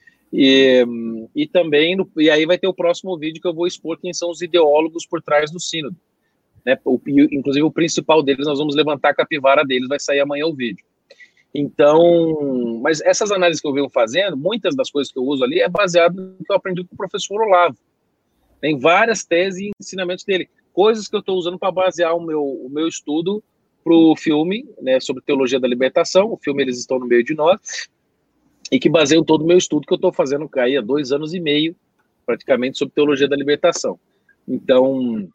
e também, e aí vai ter o próximo vídeo que eu vou expor quem são os ideólogos por trás do Sínodo, né? Inclusive o principal deles, nós vamos levantar a capivara deles, vai sair amanhã o vídeo. Então, mas essas análises que eu venho fazendo, muitas das coisas que eu uso ali é baseado no que eu aprendi com o professor Olavo. Tem várias teses e ensinamentos dele, coisas que eu estou usando para basear o meu estudo para o filme, né, sobre teologia da libertação. O filme Eles Estão no Meio de Nós, e que baseiam todo o meu estudo que eu estou fazendo aí há 2 anos e meio, praticamente, sobre teologia da libertação. Então,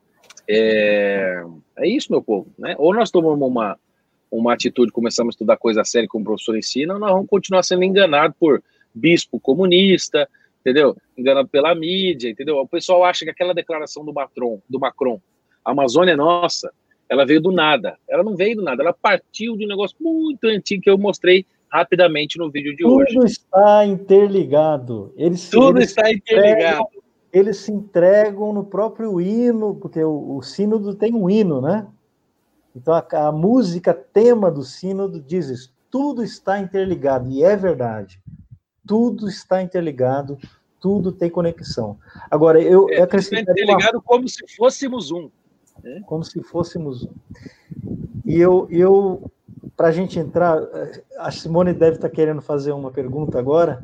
é isso, meu povo, né? Ou nós tomamos uma atitude, começamos a estudar coisa séria como o professor ensina, ou nós vamos continuar sendo enganados por bispo comunista, entendeu? Enganado pela mídia, entendeu? O pessoal acha que aquela declaração do Macron, a Amazônia é nossa, ela veio do nada. Ela não veio do nada, ela partiu de um negócio muito antigo que eu mostrei rapidamente no vídeo de hoje. Tudo está interligado. Tudo está interligado. Eles se entregam no próprio hino, porque o sínodo tem um hino, né? Então a música tema do sínodo diz isso. Tudo está interligado, e é verdade. Tudo está interligado, tudo tem conexão. Agora, eu acrescentaria... Está interligado como se fôssemos um. Né? Como se fôssemos um. E para a gente entrar, a Simone deve estar querendo fazer uma pergunta agora,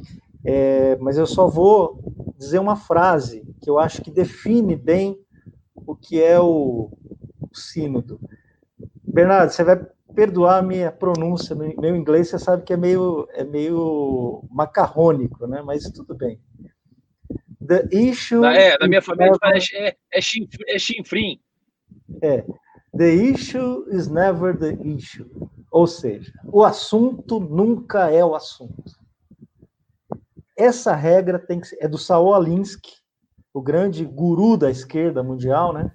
mas eu só vou dizer uma frase que eu acho que define bem o que é o sínodo. Bernardo, você vai perdoar a minha pronúncia, meu inglês você sabe que é meio macarrônico, né? Mas tudo bem. The issue... Na minha família é chinfrim. The issue is never the issue. Ou seja, o assunto nunca é o assunto. Essa regra é do Saul Alinsky, o grande guru da esquerda mundial, né?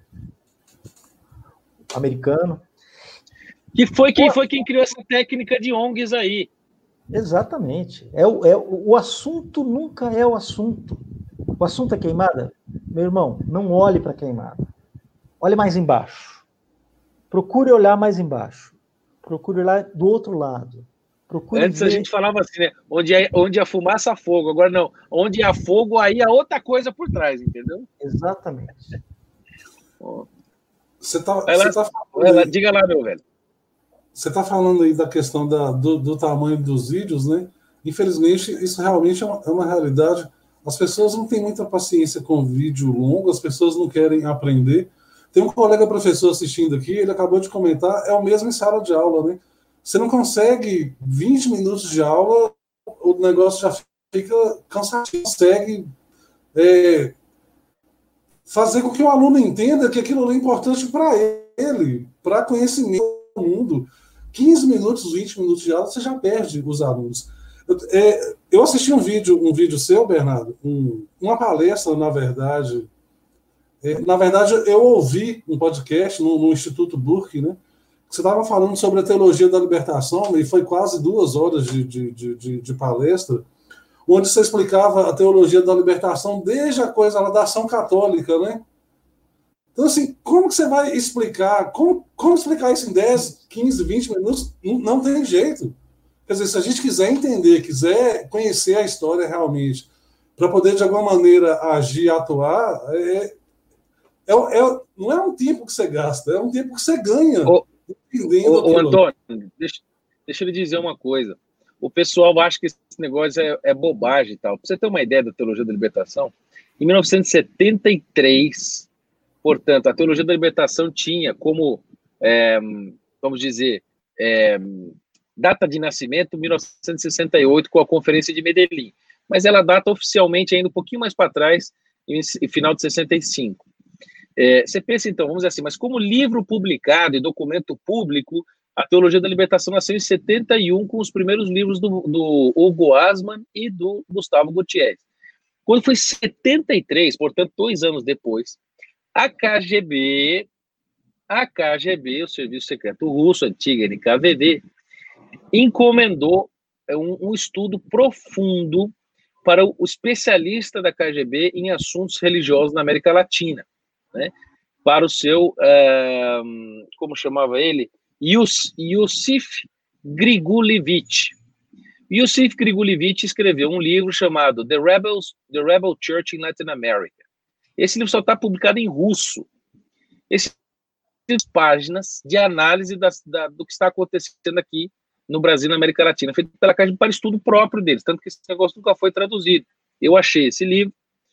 Americano. Que foi quem criou essa técnica de ONGs aí. Exatamente. O assunto nunca é o assunto. O assunto é queimada? Meu irmão, não olhe para a queimada. Olhe mais embaixo. Procure olhar mais embaixo. Procure olhar do outro lado. Antes a gente falava assim, né? Onde a fumaça há fogo. Agora não. Onde há fogo, aí há outra coisa por trás, entendeu? Exatamente. Você tá falando diga lá, meu velho. Você está falando aí da questão do tamanho dos vídeos, né? Infelizmente, isso realmente é uma realidade. As pessoas não têm muita paciência com vídeo longo, as pessoas não querem aprender. Tem um colega professor assistindo aqui, ele acabou de comentar, é o mesmo em sala de aula, né? Você não consegue 20 minutos de aula, o negócio já fica cansativo. Consegue fazer com que o aluno entenda que aquilo é importante para ele, para conhecimento do mundo. 15 minutos, 20 minutos de aula, você já perde os alunos. Eu assisti um vídeo seu, Bernardo, uma palestra, na verdade. Na verdade, eu ouvi um podcast no Instituto Burke, né? Você estava falando sobre a teologia da libertação, e foi quase 2 horas de palestra, onde você explicava a teologia da libertação desde a coisa lá da ação católica, né? Então, assim, como que você vai explicar? Como explicar isso em 10, 15, 20 minutos? Não tem jeito. Quer dizer, se a gente quiser entender, quiser conhecer a história realmente, para poder, de alguma maneira, agir, atuar, não é um tempo que você gasta, é um tempo que você ganha. Ô, Antônio, deixa eu lhe dizer uma coisa. O pessoal acha que esse negócio é bobagem e tal. Para você ter uma ideia da teologia da libertação, em 1973... Portanto, a teologia da libertação tinha como, vamos dizer, data de nascimento 1968, com a Conferência de Medellín. Mas ela data oficialmente ainda um pouquinho mais para trás, em final de 65. Você pensa, então, vamos dizer assim, mas como livro publicado e documento público, a teologia da libertação nasceu em 71, com os primeiros livros do Hugo Asman e do Gustavo Gutierrez. Quando foi 73, portanto, 2 anos depois, a KGB, o Serviço Secreto Russo, antiga NKVD, encomendou um estudo profundo para o especialista da KGB em assuntos religiosos na América Latina, né? Para o seu, como chamava ele? Yusif Grigulevich. Yusif Grigulevich escreveu um livro chamado The Rebel Church in Latin America. Esse livro só está publicado em russo. Essas páginas de análise do que está acontecendo aqui no Brasil e na América Latina, feito pela KGB para estudo próprio deles, tanto que esse negócio nunca foi traduzido. Eu achei esse livro,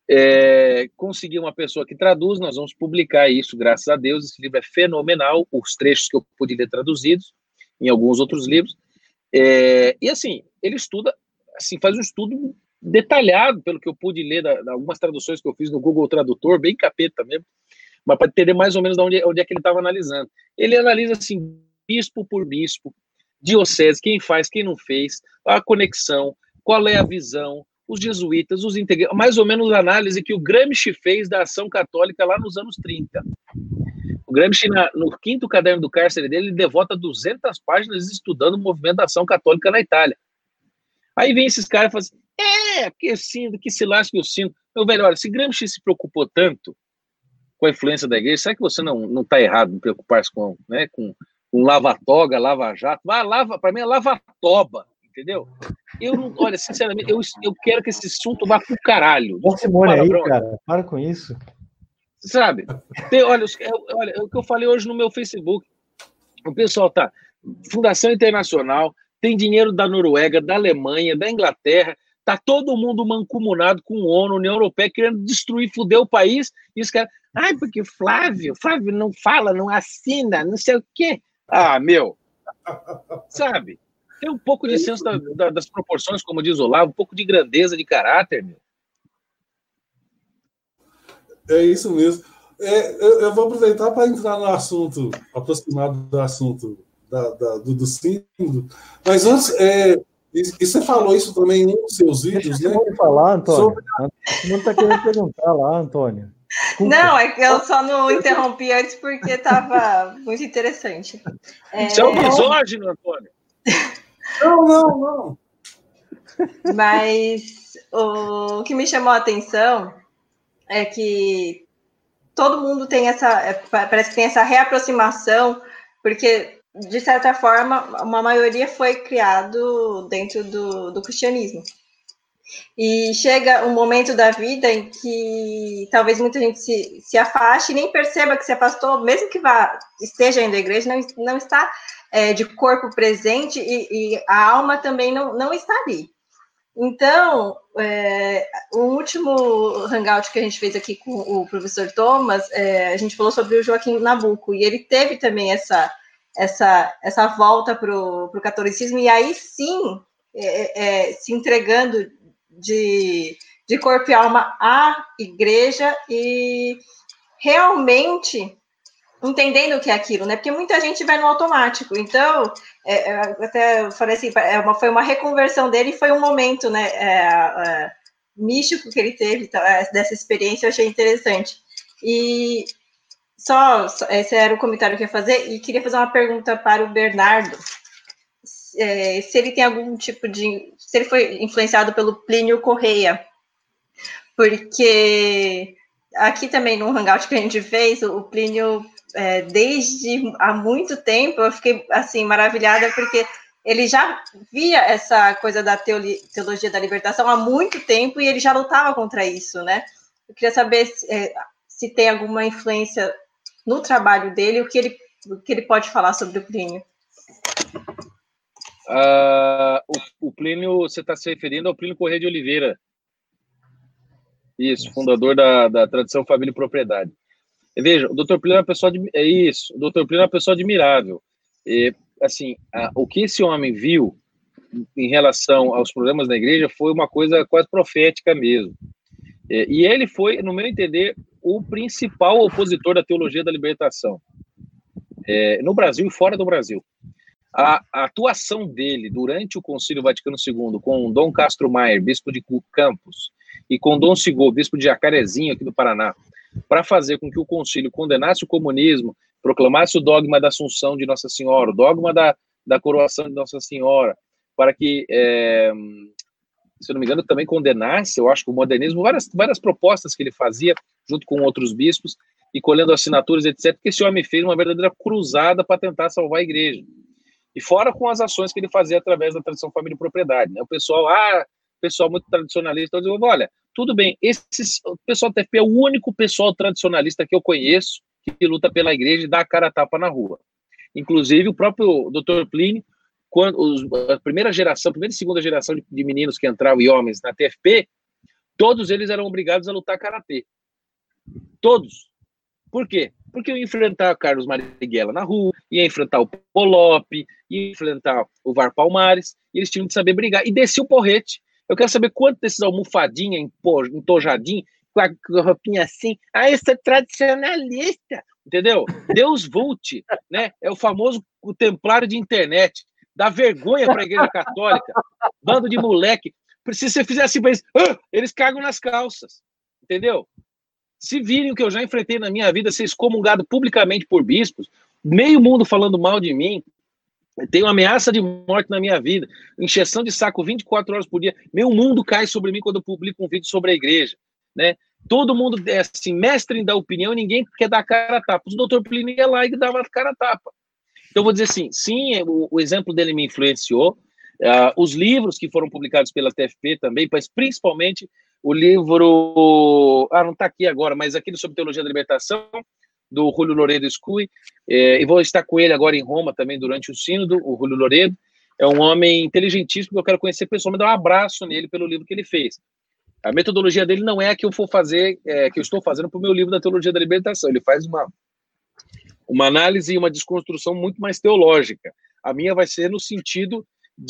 Consegui uma pessoa que traduz, nós vamos publicar isso, graças a Deus. Esse livro é fenomenal, os trechos que eu pude ler traduzidos em alguns outros livros. E assim, ele estuda, assim, faz um estudo detalhado, pelo que eu pude ler, algumas traduções que eu fiz no Google Tradutor, bem capeta mesmo, mas para entender mais ou menos onde é que ele estava analisando. Ele analisa, assim, bispo por bispo, diocese, quem faz, quem não fez, a conexão, qual é a visão, os jesuítas, os integrantes, mais ou menos a análise que o Gramsci fez da ação católica lá nos anos 30. O Gramsci, no 5º caderno do cárcere dele, ele devota 200 páginas estudando o movimento da ação católica na Itália. Aí vem esses caras e falam assim, porque sino, que se lasque o sino. Meu velho, olha, se Gramsci se preocupou tanto com a influência da igreja, será que você não está errado em preocupar-se com lava-toga, lava-jato? Para mim é lava-toba, entendeu? Eu não, olha, sinceramente, eu quero que esse assunto vá pro caralho. Olha Simone aí, cara, para com isso. Sabe? Olha, o que eu falei hoje no meu Facebook, o pessoal tá, Fundação Internacional, tem dinheiro da Noruega, da Alemanha, da Inglaterra, tá todo mundo mancomunado com o ONU, União Europeia, querendo destruir, fuder o país, e os caras, porque Flávio não fala, não assina, não sei o quê. Meu, sabe? Tem um pouco de senso das proporções, como diz Olavo, um pouco de grandeza de caráter, meu. É isso mesmo. Eu vou aproveitar para entrar no assunto, aproximado do assunto do símbolo, mas antes, e você falou isso também em um dos seus vídeos, né? Deixa eu falar, Antônio. Não está querendo perguntar lá, Antônio. Desculpa. Não, é que eu só não interrompi antes porque estava muito interessante. Você é um misógino, Antônio. Não. Mas o que me chamou a atenção é que todo mundo tem parece que tem essa reaproximação, porque, de certa forma, uma maioria foi criado dentro do cristianismo. E chega um momento da vida em que talvez muita gente se afaste e nem perceba que se afastou, mesmo que esteja indo à igreja, não está de corpo presente e a alma também não está ali. Então, o último hangout que a gente fez aqui com o professor Thomas, a gente falou sobre o Joaquim Nabuco, e ele teve também essa volta para o catolicismo, e aí sim, se entregando de corpo e alma à igreja e realmente entendendo o que é aquilo, né? Porque muita gente vai no automático. Então, até eu falei assim, foi uma reconversão dele e foi um momento, né, místico que ele teve, dessa experiência, eu achei interessante. E esse era o comentário que eu ia fazer, e queria fazer uma pergunta para o Bernardo, se ele tem algum tipo se ele foi influenciado pelo Plínio Correia, porque aqui também no hangout que a gente fez, o Plínio, desde há muito tempo, eu fiquei assim maravilhada, porque ele já via essa coisa da teologia da libertação há muito tempo e ele já lutava contra isso, né? Eu queria saber se tem alguma influência no trabalho dele, o que ele pode falar sobre o Plínio. O Plínio, você está se referindo ao Plínio Correia de Oliveira. Isso, fundador da tradição Família e Propriedade. Veja, o Dr. Plínio é uma pessoa o Dr. Plínio é uma pessoa admirável. Assim, o que esse homem viu em relação aos problemas da igreja foi uma coisa quase profética mesmo. E ele foi, no meu entender, o principal opositor da teologia da libertação, no Brasil e fora do Brasil. A atuação dele durante o Concílio Vaticano II com Dom Castro Maier, bispo de Campos, e com Dom Sigô, bispo de Jacarezinho, aqui do Paraná, para fazer com que o concílio condenasse o comunismo, proclamasse o dogma da Assunção de Nossa Senhora, o dogma da coroação de Nossa Senhora, para que, se eu não me engano, também condenasse, eu acho que o modernismo, várias propostas que ele fazia, junto com outros bispos, e colhendo assinaturas, etc., que esse homem fez uma verdadeira cruzada para tentar salvar a igreja. E fora com as ações que ele fazia através da tradição Família e Propriedade, né? O pessoal muito tradicionalista, eu digo, olha, tudo bem, o pessoal do TFP é o único pessoal tradicionalista que eu conheço que luta pela igreja e dá a cara a tapa na rua. Inclusive, o próprio Dr. Plínio, quando a primeira e segunda geração de meninos que entravam e homens na TFP, Todos eles eram obrigados a lutar karatê. Todos. Por quê? Porque eu ia enfrentar o Carlos Marighella na rua, ia enfrentar o Polop, ia enfrentar o Var Palmares, e eles tinham de saber brigar. E descia o porrete. Eu quero saber quantos desses almofadinha, entojadinho, com a roupinha assim, eu sou tradicionalista, entendeu? Deus Vult, né? É o famoso o templário de internet. Dá vergonha para a Igreja Católica. Bando de moleque. Se você fizer assim, eles cagam nas calças, entendeu? Se virem o que eu já enfrentei na minha vida, ser excomungado publicamente por bispos, meio mundo falando mal de mim, tenho ameaça de morte na minha vida, encheção de saco 24 horas por dia, meu mundo cai sobre mim quando eu publico um vídeo sobre a igreja, né? Todo mundo é assim, mestre em dar opinião, ninguém quer dar cara a tapa. O doutor Plínio ia lá e dava cara a tapa. Então eu vou dizer assim, sim, o exemplo dele me influenciou, os livros que foram publicados pela TFP também, mas principalmente o livro, não está aqui agora, mas aquele sobre teologia da libertação, do Julio Loredo Scui, e vou estar com ele agora em Roma também durante o sínodo. O Julio Loredo é um homem inteligentíssimo que eu quero conhecer pessoalmente, dar um abraço nele pelo livro que ele fez. A metodologia dele não é a que eu for fazer, que eu estou fazendo para o meu livro da teologia da libertação. Ele faz uma análise e uma desconstrução muito mais teológica. A minha vai ser no sentido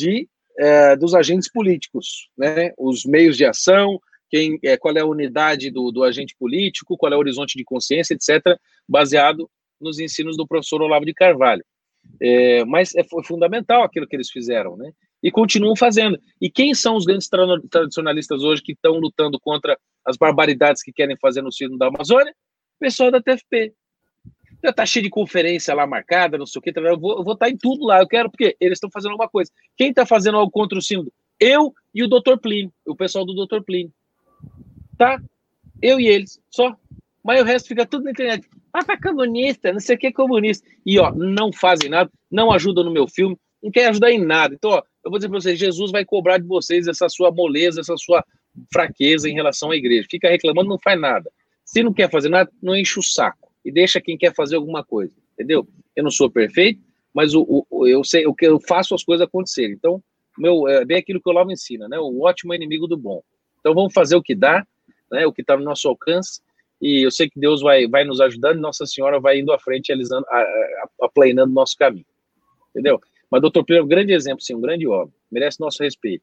dos agentes políticos, né? Os meios de ação, qual é a unidade do agente político, qual é o horizonte de consciência, etc., baseado nos ensinos do professor Olavo de Carvalho. Mas foi fundamental aquilo que eles fizeram, né? E continuam fazendo. E quem são os grandes tradicionalistas hoje que estão lutando contra as barbaridades que querem fazer no Sínodo da Amazônia? O pessoal da TFP. Já está cheio de conferência lá marcada, não sei o quê. Eu vou estar em tudo lá. Eu quero, porque eles estão fazendo alguma coisa. Quem está fazendo algo contra o Sínodo? Eu e o Dr. Plínio, o pessoal do Dr. Plínio. Tá? Eu e eles, só. Mas o resto fica tudo na internet. Tá comunista, não sei o que é comunista. E, não fazem nada, não ajudam no meu filme, não querem ajudar em nada. Então, eu vou dizer para vocês, Jesus vai cobrar de vocês essa sua moleza, essa sua fraqueza em relação à igreja. Fica reclamando, não faz nada. Se não quer fazer nada, não enche o saco. E deixa quem quer fazer alguma coisa, entendeu? Eu não sou perfeito, mas eu sei o que eu faço as coisas acontecerem. Então, é bem aquilo que o Olavo ensina, né? O ótimo é inimigo do bom. Então, vamos fazer o que dá, né? O que está no nosso alcance, e eu sei que Deus vai nos ajudando, e Nossa Senhora vai indo à frente, aplanando o nosso caminho, entendeu? Mas Dr. Plínio é um grande exemplo, sim, um grande homem, merece nosso respeito.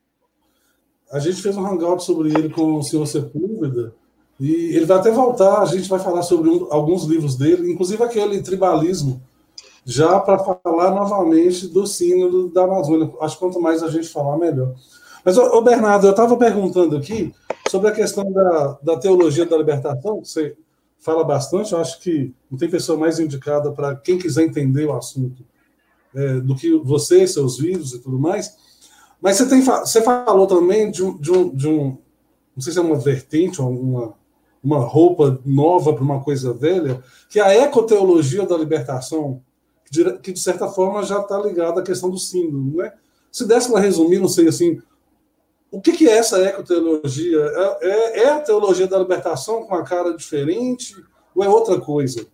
A gente fez um hangout sobre ele com o senhor Sepúlveda, e ele vai até voltar, a gente vai falar sobre alguns livros dele, inclusive aquele Tribalismo, já para falar novamente do Sínodo da Amazônia. Acho que quanto mais a gente falar, melhor. Mas, Bernardo, eu estava perguntando aqui sobre a questão da teologia da libertação, que você fala bastante, eu acho que não tem pessoa mais indicada para quem quiser entender o assunto do que você, seus vídeos e tudo mais. Mas você falou também de um não sei se é uma vertente ou uma roupa nova para uma coisa velha, que é a ecoteologia da libertação, que de certa forma já está ligada à questão do sínodo, né? Se desse para resumir, não sei assim, o que é essa ecoteologia? É a teologia da libertação com uma cara diferente ou é outra coisa?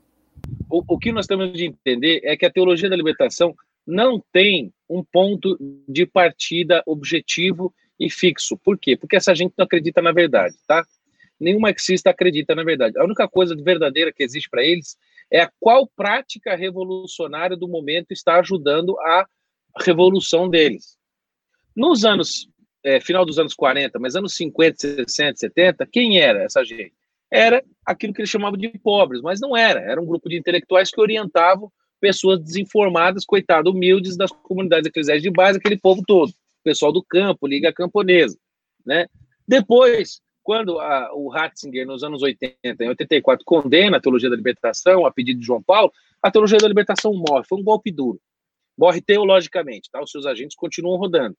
O que nós temos de entender é que a teologia da libertação não tem um ponto de partida objetivo e fixo. Por quê? Porque essa gente não acredita na verdade, tá? Nenhum marxista acredita na verdade. A única coisa verdadeira que existe para eles é a qual prática revolucionária do momento está ajudando a revolução deles. Nos anos, final dos anos 40, mas anos 50, 60, 70, quem era essa gente? Era aquilo que eles chamavam de pobres, mas não era. Era um grupo de intelectuais que orientavam pessoas desinformadas, coitado, humildes das comunidades eclesiásticas de base, aquele povo todo, pessoal do campo, Liga Camponesa, né? Depois, quando o Ratzinger, nos anos 80, em 84, condena a teologia da libertação, a pedido de João Paulo, a teologia da libertação morre, foi um golpe duro, morre teologicamente, tá? Os seus agentes continuam rodando.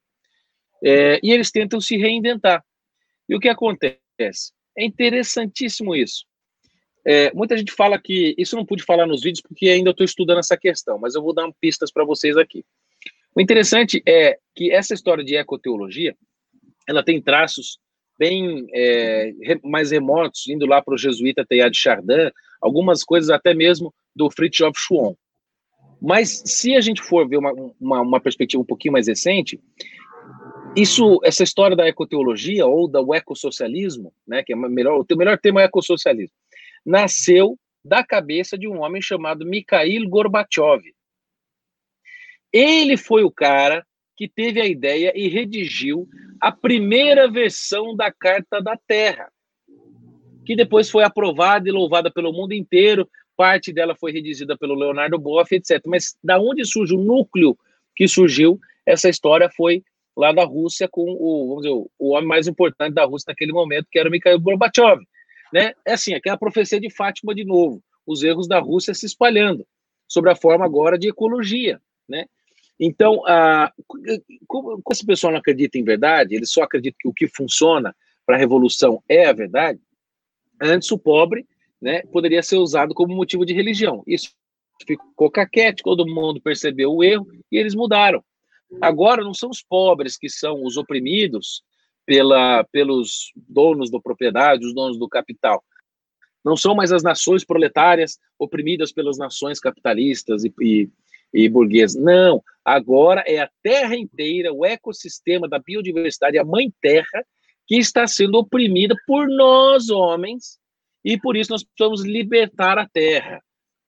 E eles tentam se reinventar. E o que acontece? É interessantíssimo isso. Muita gente fala que... Isso eu não pude falar nos vídeos porque ainda estou estudando essa questão, mas eu vou dar pistas para vocês aqui. O interessante é que essa história de ecoteologia, ela tem traços bem mais remotos, indo lá para o jesuíta Teilhard de Chardin, algumas coisas até mesmo do Fritjof Schuon. Mas se a gente for ver uma perspectiva um pouquinho mais recente, essa história da ecoteologia ou do ecossocialismo, né, que é o melhor termo é ecossocialismo, nasceu da cabeça de um homem chamado Mikhail Gorbachev. Ele foi o cara que teve a ideia e redigiu a primeira versão da Carta da Terra, que depois foi aprovada e louvada pelo mundo inteiro. Parte dela foi redigida pelo Leonardo Boff, etc. Mas da onde surge o núcleo que surgiu essa história foi lá da Rússia, com vamos dizer, o homem mais importante da Rússia naquele momento, que era o Mikhail Gorbachev. Né? É assim, aquela profecia de Fátima de novo, os erros da Rússia se espalhando, sobre a forma agora de ecologia. Né? Então, como esse pessoal não acredita em verdade, eles só acreditam que o que funciona para a revolução é a verdade, antes o pobre, né, poderia ser usado como motivo de religião. Isso ficou caquete, todo mundo percebeu o erro e eles mudaram. Agora não são os pobres que são os oprimidos pelos donos da propriedade, os donos do capital. Não são mais as nações proletárias oprimidas pelas nações capitalistas e burguesas. Não, agora é a terra inteira, o ecossistema da biodiversidade, a mãe terra, que está sendo oprimida por nós, homens, e por isso nós precisamos libertar a terra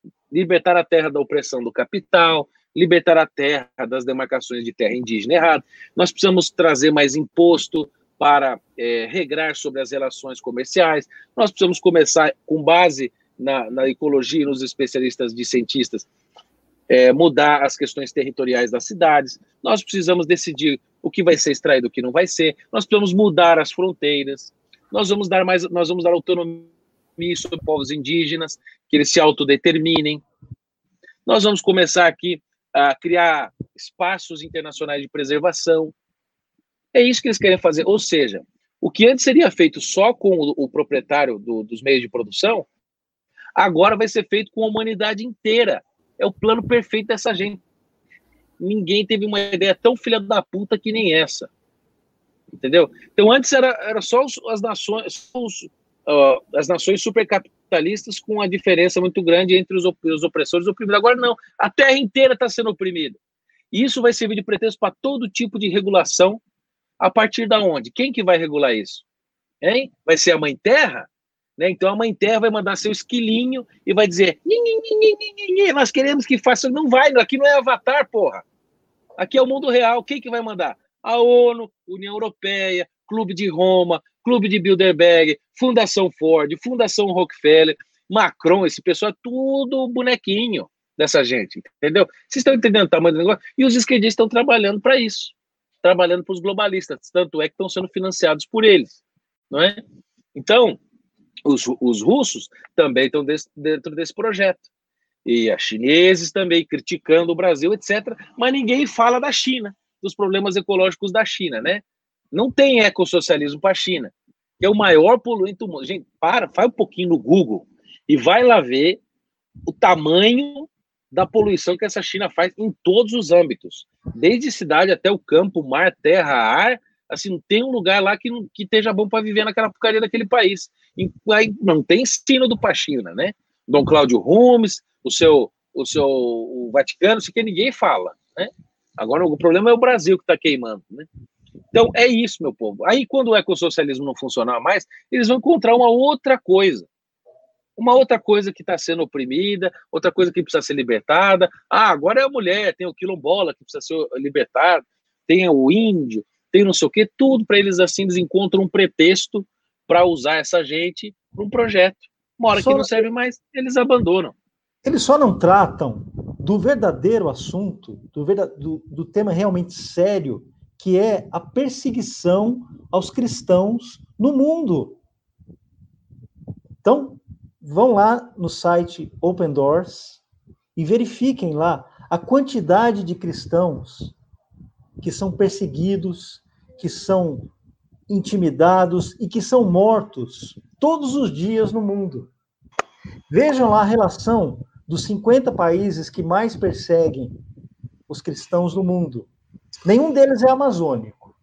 da opressão do capital, libertar a terra das demarcações de terra indígena errada. Nós precisamos trazer mais imposto para regrar sobre as relações comerciais. Nós precisamos começar, com base na ecologia e nos especialistas de cientistas, mudar as questões territoriais das cidades. Nós precisamos decidir o que vai ser extraído e o que não vai ser. Nós precisamos mudar as fronteiras. Nós vamos dar autonomia sobre povos indígenas, que eles se autodeterminem. Nós vamos começar aqui a criar espaços internacionais de preservação. É isso que eles querem fazer. Ou seja, o que antes seria feito só com o proprietário dos meios de produção, agora vai ser feito com a humanidade inteira. É o plano perfeito dessa gente. Ninguém teve uma ideia tão filha da puta que nem essa. Entendeu? Então, antes era só as nações supercapitalistas, com a diferença muito grande entre os opressores e os oprimidos. Agora não, a terra inteira está sendo oprimida. E isso vai servir de pretexto para todo tipo de regulação. A partir da onde? Quem que vai regular isso? Hein? Vai ser a mãe terra? Né? Então a mãe terra vai mandar seu esquilinho e vai dizer: nós queremos que faça. Não vai, aqui não é Avatar, porra. Aqui é o mundo real. Quem que vai mandar? A ONU, União Europeia, Clube de Roma, Clube de Bilderberg, Fundação Ford, Fundação Rockefeller, Macron, esse pessoal é tudo bonequinho dessa gente, entendeu? Vocês estão entendendo o tamanho do negócio? E os esquerdistas estão trabalhando para isso, trabalhando para os globalistas, tanto é que estão sendo financiados por eles, não é? Então, os russos também estão dentro desse projeto, e os chineses também criticando o Brasil, etc., mas ninguém fala da China, dos problemas ecológicos da China, né? Não tem ecossocialismo para a China, que é o maior poluente do mundo. Gente, faz um pouquinho no Google e vai lá ver o tamanho da poluição que essa China faz em todos os âmbitos, desde cidade até o campo, mar, terra, ar. Assim, não tem um lugar lá que esteja bom para viver naquela porcaria daquele país. E aí não tem ensino do Pachina, né? Dom Cláudio Rumes, o Vaticano, isso que ninguém fala, né? Agora o problema é o Brasil que está queimando, né? Então é isso, meu povo. Aí quando o ecossocialismo não funcionar mais, eles vão encontrar uma outra coisa que está sendo oprimida, outra coisa que precisa ser libertada. Agora é a mulher, tem o quilombola que precisa ser libertado, tem o índio, tem não sei o quê, tudo para eles assim, eles encontram um pretexto para usar essa gente para um projeto. Uma hora que não serve mais, eles abandonam. Eles só não tratam do verdadeiro assunto, do tema realmente sério, que é a perseguição aos cristãos no mundo. Então, vão lá no site Open Doors e verifiquem lá a quantidade de cristãos que são perseguidos, que são intimidados e que são mortos todos os dias no mundo. Vejam lá a relação dos 50 países que mais perseguem os cristãos no mundo. Nenhum deles é amazônico.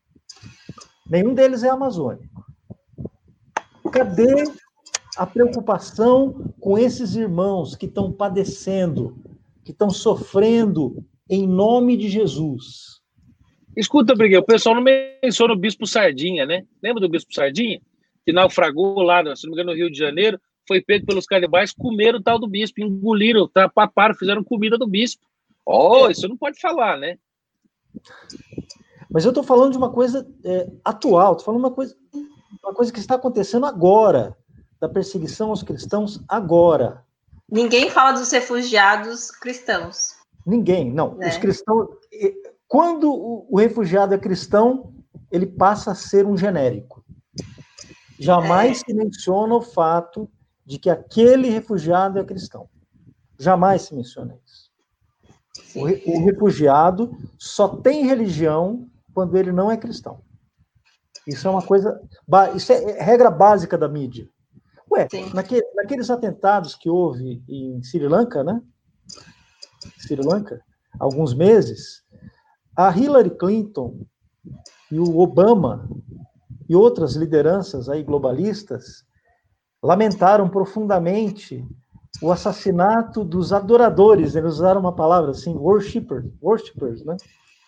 Cadê a preocupação com esses irmãos que estão padecendo, que estão sofrendo em nome de Jesus? Escuta, Briguel, o pessoal não menciona o Bispo Sardinha, né? Lembra do Bispo Sardinha? Que naufragou lá, se não me engano, no Rio de Janeiro, foi pego pelos canibais, comeram o tal do bispo, engoliram, paparam, fizeram comida do bispo. Isso não pode falar, né? Mas eu estou falando de uma coisa atual, estou falando uma coisa que está acontecendo agora, da perseguição aos cristãos agora. Ninguém fala dos refugiados cristãos. Ninguém, não. Os cristãos... Quando o refugiado é cristão, ele passa a ser um genérico. Jamais se menciona o fato de que aquele refugiado é cristão. Jamais se menciona isso. O refugiado só tem religião quando ele não é cristão. Isso é uma coisa... Isso é regra básica da mídia. Naqueles atentados que houve em Sri Lanka, né? Sri Lanka, há alguns meses, a Hillary Clinton e o Obama e outras lideranças aí globalistas lamentaram profundamente o assassinato dos adoradores. Eles usaram uma palavra assim, worshippers, né?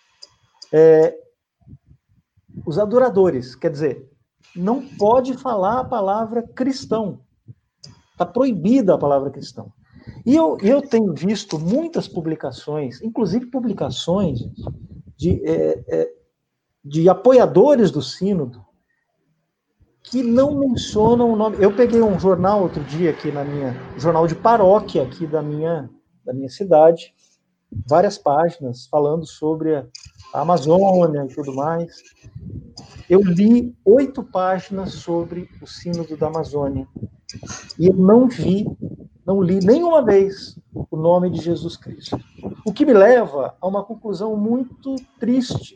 Os adoradores, quer dizer, não pode falar a palavra cristão. Está proibida a palavra cristão. E eu tenho visto muitas publicações, inclusive publicações de apoiadores do sínodo, que não mencionam o nome. Eu peguei um jornal outro dia aqui jornal de paróquia aqui da minha cidade, várias páginas falando sobre a Amazônia e tudo mais. Eu li 8 páginas sobre o sínodo da Amazônia e eu não li nenhuma vez o nome de Jesus Cristo. O que me leva a uma conclusão muito triste.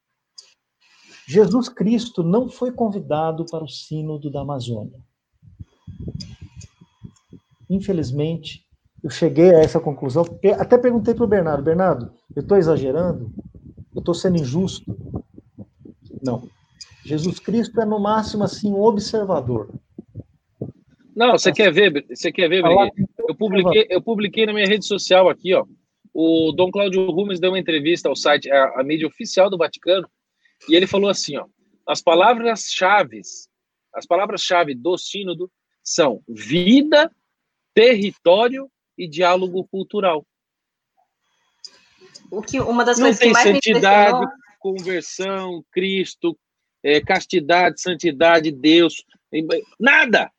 Jesus Cristo não foi convidado para o sínodo da Amazônia. Infelizmente, eu cheguei a essa conclusão, até perguntei para o Bernardo, eu estou exagerando? Eu estou sendo injusto? Não. Jesus Cristo é, no máximo, assim, um observador. Não, você quer ver, Briguet? Eu publiquei na minha rede social aqui, ó. O Dom Cláudio Rumes deu uma entrevista ao site, a mídia oficial do Vaticano, e ele falou assim, ó, as palavras-chave do sínodo são vida, território e diálogo cultural. Uma das coisas que mais santidade, me impressionou... conversão, Cristo, castidade, santidade, Deus, nada!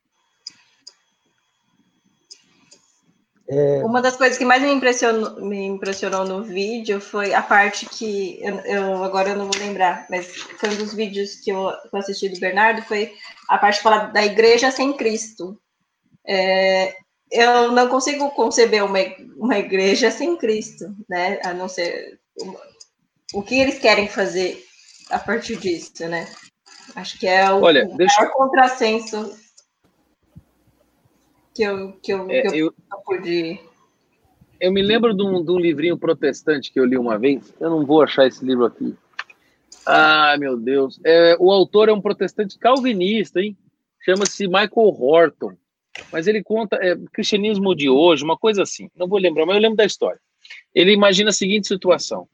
Uma das coisas que mais me impressionou no vídeo foi a parte que agora eu não vou lembrar, mas foi um dos vídeos que eu assisti do Bernardo, foi a parte que fala da igreja sem Cristo. Eu não consigo conceber uma igreja sem Cristo, né? A não ser o que eles querem fazer a partir disso, né? Acho que é o maior contrassenso que eu pude... Eu me lembro de um livrinho protestante que eu li uma vez. Eu não vou achar esse livro aqui. Ah, meu Deus. O autor é um protestante calvinista, hein? Chama-se Michael Horton. Mas ele conta cristianismo de hoje, uma coisa assim. Não vou lembrar, mas eu lembro da história. Ele imagina a seguinte situação.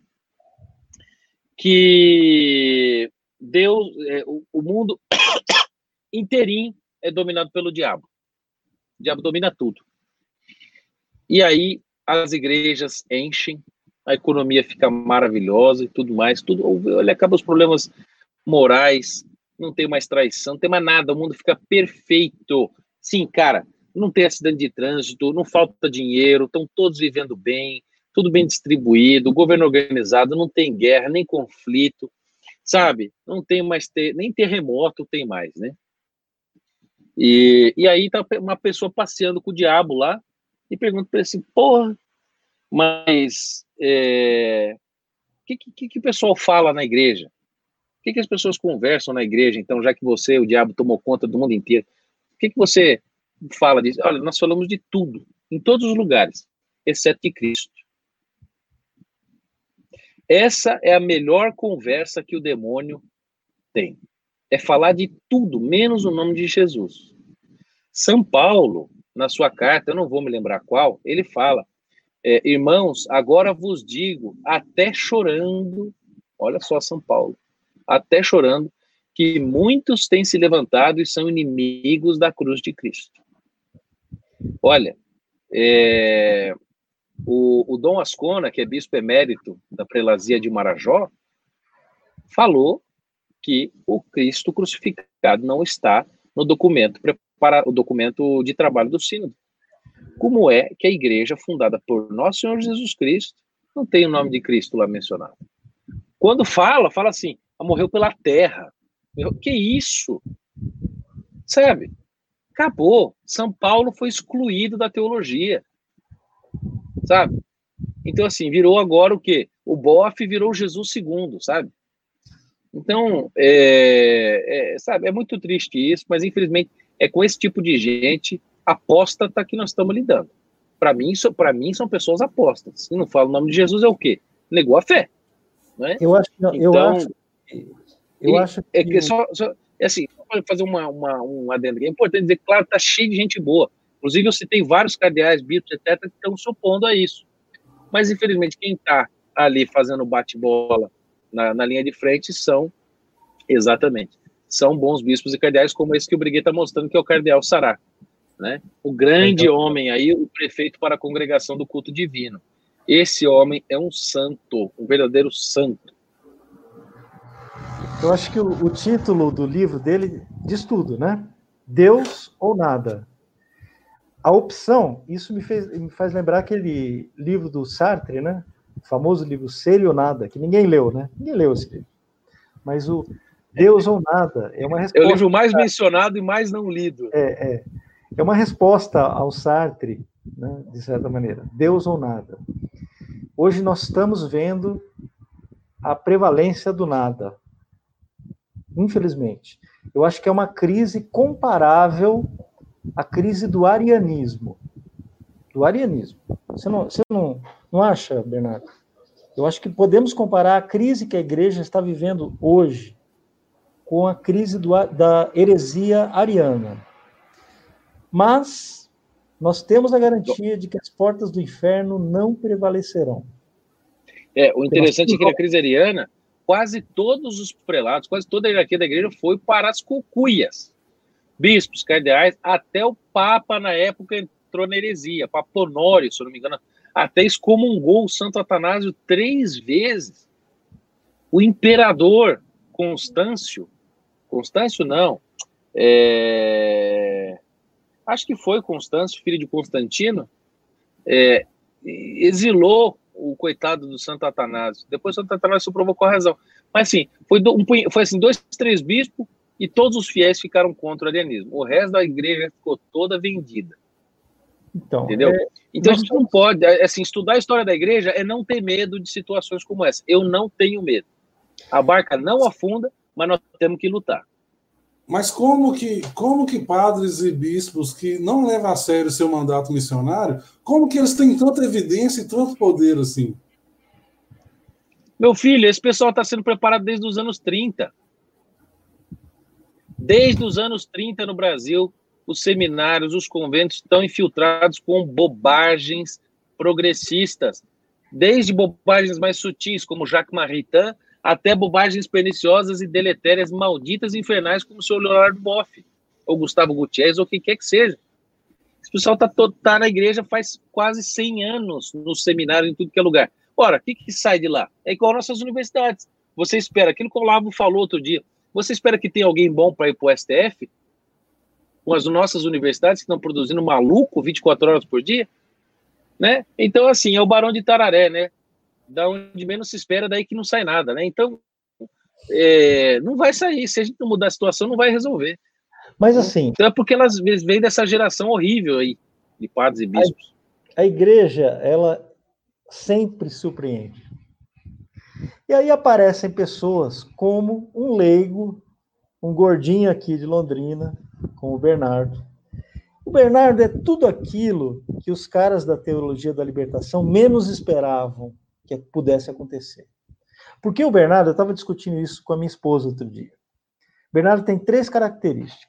Que Deus, o mundo inteirinho é dominado pelo diabo. O diabo domina tudo. E aí as igrejas enchem, a economia fica maravilhosa e tudo mais. Ele acaba os problemas morais, não tem mais traição, não tem mais nada, o mundo fica perfeito. Sim, cara, não tem acidente de trânsito, não falta dinheiro, estão todos vivendo bem, tudo bem distribuído, governo organizado, não tem guerra, nem conflito, sabe? Não tem mais, nem terremoto tem mais, né? E aí tá uma pessoa passeando com o diabo lá e pergunta para ele assim, porra, mas que o pessoal fala na igreja? O que as pessoas conversam na igreja, então, já que o diabo tomou conta do mundo inteiro? O que você fala disso? Olha, nós falamos de tudo, em todos os lugares, exceto de Cristo. Essa é a melhor conversa que o demônio tem. É falar de tudo, menos o nome de Jesus. São Paulo, na sua carta, eu não vou me lembrar qual, ele fala, irmãos, agora vos digo, até chorando, olha só São Paulo, até chorando, que muitos têm se levantado e são inimigos da cruz de Cristo. Olha, o Dom Ascona, que é bispo emérito da prelazia de Marajó, falou que o Cristo crucificado não está no documento o documento de trabalho do sínodo. Como é que a igreja fundada por Nosso Senhor Jesus Cristo não tem o nome de Cristo lá mencionado? Quando fala assim, morreu pela terra. Que isso? Sabe? Acabou. São Paulo foi excluído da teologia. Sabe? Então, assim, virou agora o quê? O bofe virou Jesus II, sabe? Então, sabe, é muito triste isso, mas infelizmente é com esse tipo de gente apóstata que nós estamos lidando. Para mim são pessoas apóstatas. Se não fala o nome de Jesus, é o quê? Negou a fé. Não é? Eu acho que não. Então, eu acho que... assim, para fazer um adendo aqui, é importante dizer que, claro, está cheio de gente boa. Inclusive, eu citei vários cardeais, bispos, etc., que estão se opondo a isso. Mas, infelizmente, quem está ali fazendo bate-bola na linha de frente são bons bispos e cardeais, como esse que o Briguet está mostrando, que é o cardeal Sará, né? O grande homem aí, o prefeito para a congregação do culto divino. Esse homem é um santo, um verdadeiro santo. Eu acho que o título do livro dele diz tudo, né? Deus ou nada. A opção, isso me faz lembrar aquele livro do Sartre, né? O famoso livro Ser ou Nada, que ninguém leu, né? Ninguém leu esse livro. Mas o Deus ou Nada é uma resposta... É o livro mais mencionado e mais não lido. É uma resposta ao Sartre, né? De certa maneira. Deus ou nada. Hoje nós estamos vendo a prevalência do nada. Infelizmente. Eu acho que é uma crise comparável à crise do arianismo. Do arianismo. Você não acha, Bernardo? Eu acho que podemos comparar a crise que a igreja está vivendo hoje com a crise da heresia ariana. Mas nós temos a garantia de que as portas do inferno não prevalecerão. O interessante é que na crise ariana, quase todos os prelados, quase toda a hierarquia da igreja foi para as cucuias. Bispos, cardeais, até o Papa na época entrou na heresia. Papa Honório, se eu não me engano, até excomungou o Santo Atanásio 3 vezes. O imperador Constâncio não, acho que foi Constâncio, filho de Constantino, exilou o coitado do Santo Atanásio. Depois o Santo Atanásio se provou com a razão. Mas assim, foi assim, 2, 3 bispos e todos os fiéis ficaram contra o arianismo. O resto da igreja ficou toda vendida. Então, entendeu? Então a gente não pode, assim, estudar a história da igreja é não ter medo de situações como essa. Eu não tenho medo. A barca não afunda, mas nós temos que lutar. Mas como que padres e bispos que não levam a sério seu mandato missionário, como que eles têm tanta evidência e tanto poder assim? Meu filho, esse pessoal está sendo preparado desde os anos 30. Desde os anos 30 no Brasil, os seminários, os conventos estão infiltrados com bobagens progressistas. Desde bobagens mais sutis, como Jacques Maritain, até bobagens perniciosas e deletérias, malditas e infernais, como o senhor Leonardo Boff, ou Gustavo Gutierrez, ou quem quer que seja. Esse pessoal tá na igreja faz quase 100 anos, no seminário, em tudo que é lugar. Ora, o que sai de lá? É igual nossas universidades. Você espera, aquilo que o Olavo falou outro dia, você espera que tenha alguém bom para ir para o STF? Com as nossas universidades que estão produzindo maluco 24 horas por dia? Né? Então, assim, é o Barão de Tararé, né? Da onde menos se espera, daí que não sai nada, né? Então, não vai sair. Se a gente não mudar a situação, não vai resolver. Mas assim... Então é porque elas vêm dessa geração horrível aí, de padres e bispos. A igreja, ela sempre surpreende. E aí aparecem pessoas como um leigo, um gordinho aqui de Londrina, como o Bernardo. O Bernardo é tudo aquilo que os caras da teologia da libertação menos esperavam que pudesse acontecer. Porque o Bernardo, eu estava discutindo isso com a minha esposa outro dia. O Bernardo tem 3 características.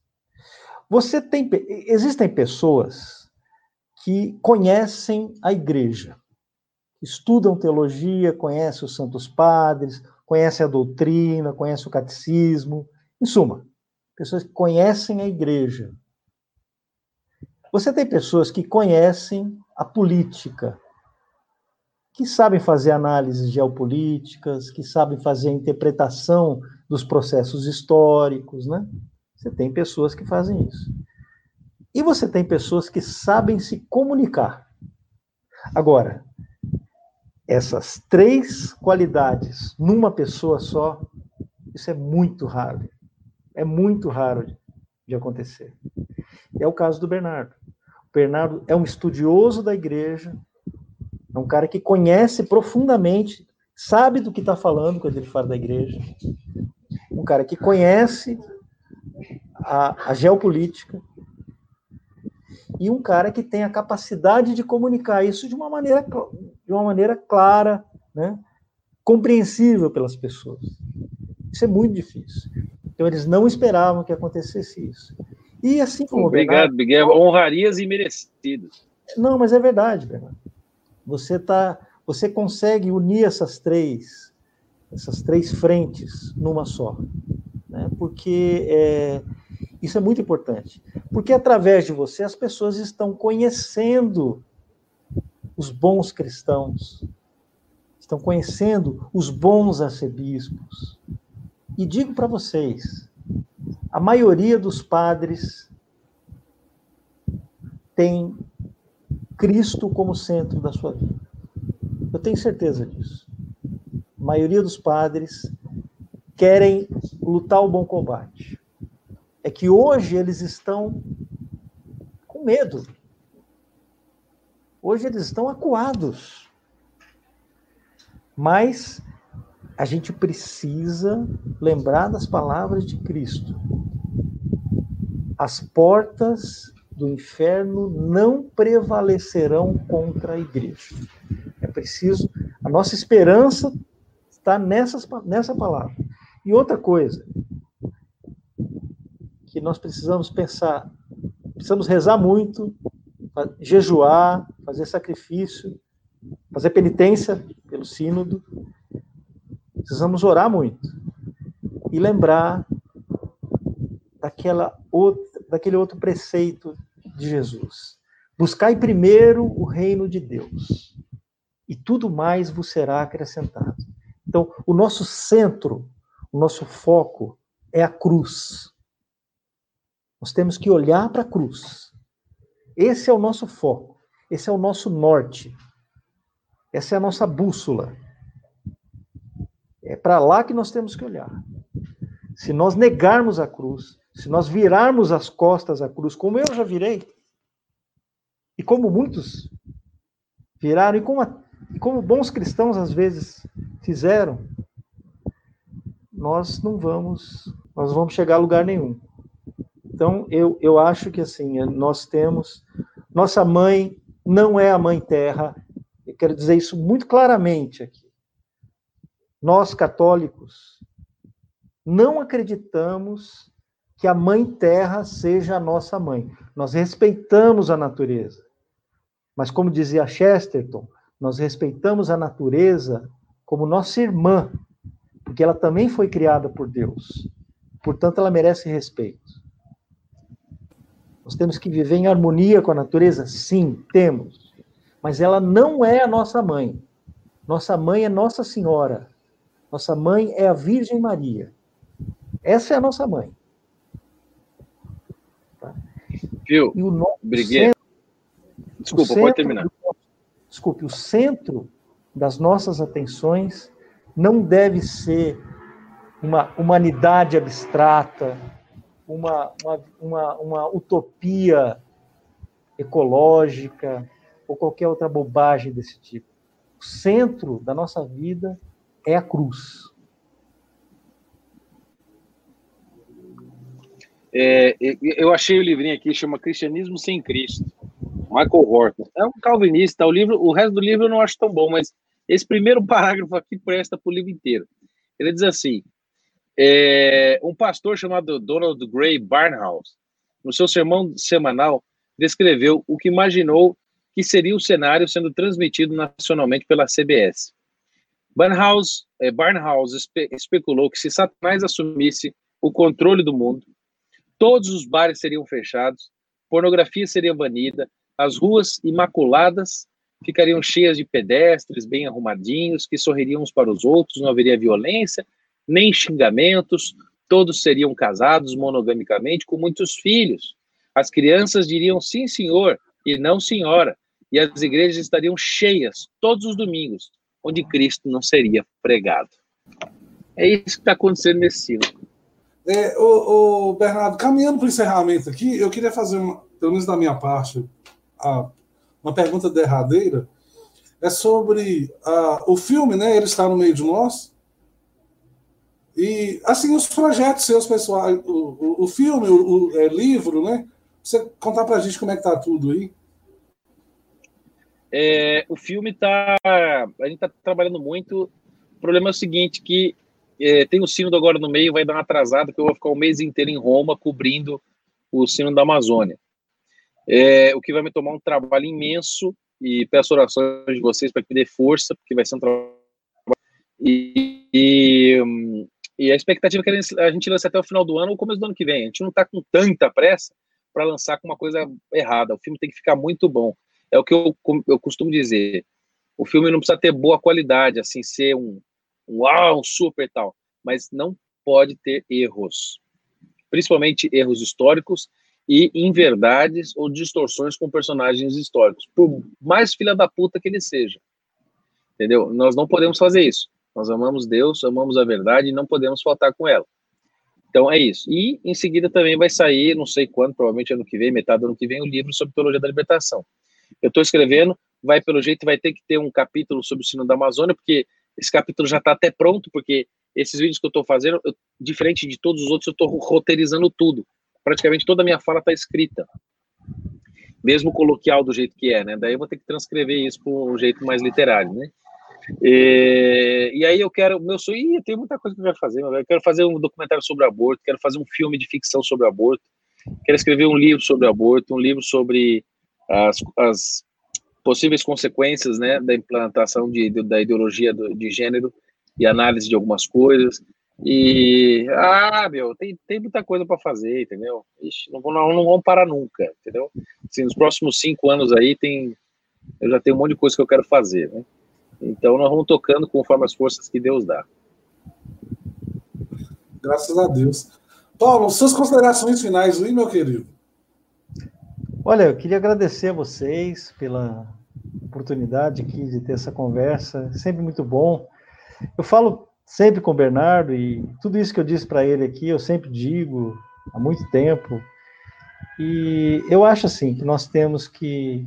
Existem pessoas que conhecem a igreja, estudam teologia, conhecem os santos padres, conhecem a doutrina, conhecem o catecismo, em suma, pessoas que conhecem a igreja. Você tem pessoas que conhecem a política, que sabem fazer análises geopolíticas, que sabem fazer a interpretação dos processos históricos, né? Você tem pessoas que fazem isso. E você tem pessoas que sabem se comunicar. Agora, essas 3 qualidades numa pessoa só, isso é muito raro. É muito raro de acontecer. É o caso do Bernardo. O Bernardo é um estudioso da igreja, é um cara que conhece profundamente, sabe do que está falando quando ele fala da igreja, um cara que conhece a geopolítica, e um cara que tem a capacidade de comunicar isso de uma maneira clara, né? Compreensível pelas pessoas. Isso é muito difícil. Então, eles não esperavam que acontecesse isso. E assim como obrigado, Miguel. Honrarias imerecidas. Não, mas é verdade, Bernardo. Você consegue unir essas três frentes numa só, né? Porque isso é muito importante. Porque através de você as pessoas estão conhecendo os bons cristãos, estão conhecendo os bons arcebispos. E digo para vocês, a maioria dos padres tem Cristo como centro da sua vida. Eu tenho certeza disso. A maioria dos padres querem lutar o bom combate. É que hoje eles estão com medo. Hoje eles estão acuados. Mas a gente precisa lembrar das palavras de Cristo. As portas do inferno não prevalecerão contra a igreja. É preciso, a nossa esperança está nessa palavra. E outra coisa que nós precisamos pensar, precisamos rezar muito, jejuar, fazer sacrifício, fazer penitência pelo sínodo, precisamos orar muito e lembrar daquele outro preceito de Jesus. Buscai primeiro o reino de Deus, e tudo mais vos será acrescentado. Então, o nosso centro, o nosso foco é a cruz. Nós temos que olhar para a cruz. Esse é o nosso foco, esse é o nosso norte, essa é a nossa bússola. É para lá que nós temos que olhar. Se nós negarmos a cruz, se nós virarmos as costas à cruz, como eu já virei, e como muitos viraram, e como bons cristãos às vezes fizeram, nós vamos chegar a lugar nenhum. Então, eu acho que assim, nós temos, nossa mãe não é a mãe terra, eu quero dizer isso muito claramente aqui. Nós, católicos, não acreditamos que a mãe terra seja a nossa mãe. Nós respeitamos a natureza. Mas, como dizia Chesterton, nós respeitamos a natureza como nossa irmã, porque ela também foi criada por Deus. Portanto, ela merece respeito. Nós temos que viver em harmonia com a natureza? Sim, temos. Mas ela não é a nossa mãe. Nossa mãe é Nossa Senhora. Nossa mãe é a Virgem Maria. Essa é a nossa mãe. Tá? Viu? E o Briguei. Desculpa, pode terminar. O centro das nossas atenções não deve ser uma humanidade abstrata, uma utopia ecológica ou qualquer outra bobagem desse tipo. O centro da nossa vida é a cruz. Eu achei o livrinho aqui, chama Cristianismo Sem Cristo, Michael Horton. É um calvinista, o resto do livro eu não acho tão bom, mas esse primeiro parágrafo aqui presta para o livro inteiro. Ele diz assim, um pastor chamado Donald Grey Barnhouse, no seu sermão semanal, descreveu o que imaginou que seria o cenário sendo transmitido nacionalmente pela CBS. Barnhouse especulou que se Satanás assumisse o controle do mundo, todos os bares seriam fechados, pornografia seria banida, as ruas imaculadas ficariam cheias de pedestres bem arrumadinhos, que sorririam uns para os outros, não haveria violência, nem xingamentos, todos seriam casados monogamicamente com muitos filhos. As crianças diriam sim, senhor, e não senhora, e as igrejas estariam cheias todos os domingos, onde Cristo não seria pregado. É isso que está acontecendo nesse ciclo. Bernardo, caminhando para o encerramento aqui, eu queria fazer, pelo menos da minha parte, uma pergunta derradeira. É sobre o filme, né? Ele está no meio de nós. E, assim, os projetos seus, pessoal, o filme, o livro, né? Você contar para a gente como é que está tudo aí? O filme a gente está trabalhando muito. O problema é o seguinte, que tem o Sínodo agora no meio, vai dar uma atrasada, que eu vou ficar o mês inteiro em Roma cobrindo o Sínodo da Amazônia. O que vai me tomar um trabalho imenso, e peço orações de vocês para que me dê força, porque vai ser um trabalho. E a expectativa é que a gente lance até o final do ano ou começo do ano que vem. A gente não está com tanta pressa para lançar com uma coisa errada. O filme tem que ficar muito bom. É o que eu costumo dizer. O filme não precisa ter boa qualidade, assim, ser um super tal, mas não pode ter erros, principalmente erros históricos e inverdades ou distorções com personagens históricos, por mais filha da puta que ele seja, entendeu? Nós não podemos fazer isso. Nós amamos Deus, amamos a verdade e não podemos faltar com ela. Então é isso. E em seguida também vai sair, não sei quando, provavelmente ano que vem, metade do ano que vem, o livro sobre teologia da libertação. Eu estou escrevendo, pelo jeito vai ter que ter um capítulo sobre o Sínodo da Amazônia, porque esse capítulo já está até pronto, porque esses vídeos que eu estou fazendo, diferente de todos os outros, eu estou roteirizando tudo. Praticamente toda a minha fala está escrita. Mesmo coloquial do jeito que é, né? Daí eu vou ter que transcrever isso para um jeito mais literário, né? E aí meu sonho, tem muita coisa que eu quero fazer, eu quero fazer um documentário sobre aborto, quero fazer um filme de ficção sobre aborto, quero escrever um livro sobre aborto, um livro sobre as possíveis consequências, né, da implantação da ideologia de gênero e análise de algumas coisas. E, tem muita coisa para fazer, entendeu? Ixi, não vamos parar nunca, entendeu? Assim, nos próximos 5 anos aí, eu já tenho um monte de coisa que eu quero fazer, né? Então, nós vamos tocando conforme as forças que Deus dá. Graças a Deus. Paulo, suas considerações finais aí, meu querido? Olha, eu queria agradecer a vocês pela oportunidade aqui de ter essa conversa, sempre muito bom. Eu falo sempre com o Bernardo, e tudo isso que eu disse para ele aqui, eu sempre digo há muito tempo, e eu acho assim, que nós temos que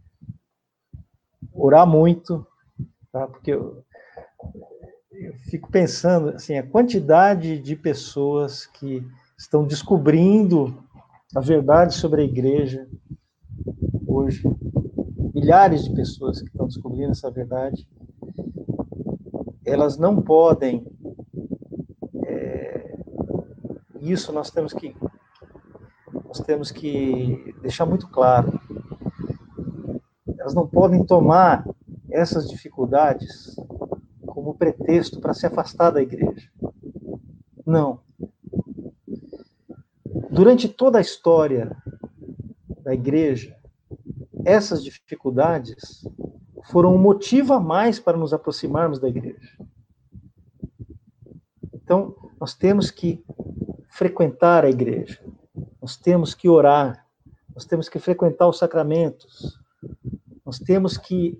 orar muito, tá? Porque eu fico pensando, assim, a quantidade de pessoas que estão descobrindo a verdade sobre a igreja hoje, milhares de pessoas que estão descobrindo essa verdade, elas não podem, isso nós temos que deixar muito claro, elas não podem tomar essas dificuldades como pretexto para se afastar da igreja. Não. Durante toda a história da igreja, essas dificuldades foram um motivo a mais para nos aproximarmos da igreja. Então, nós temos que frequentar a igreja, nós temos que orar, nós temos que frequentar os sacramentos, nós temos que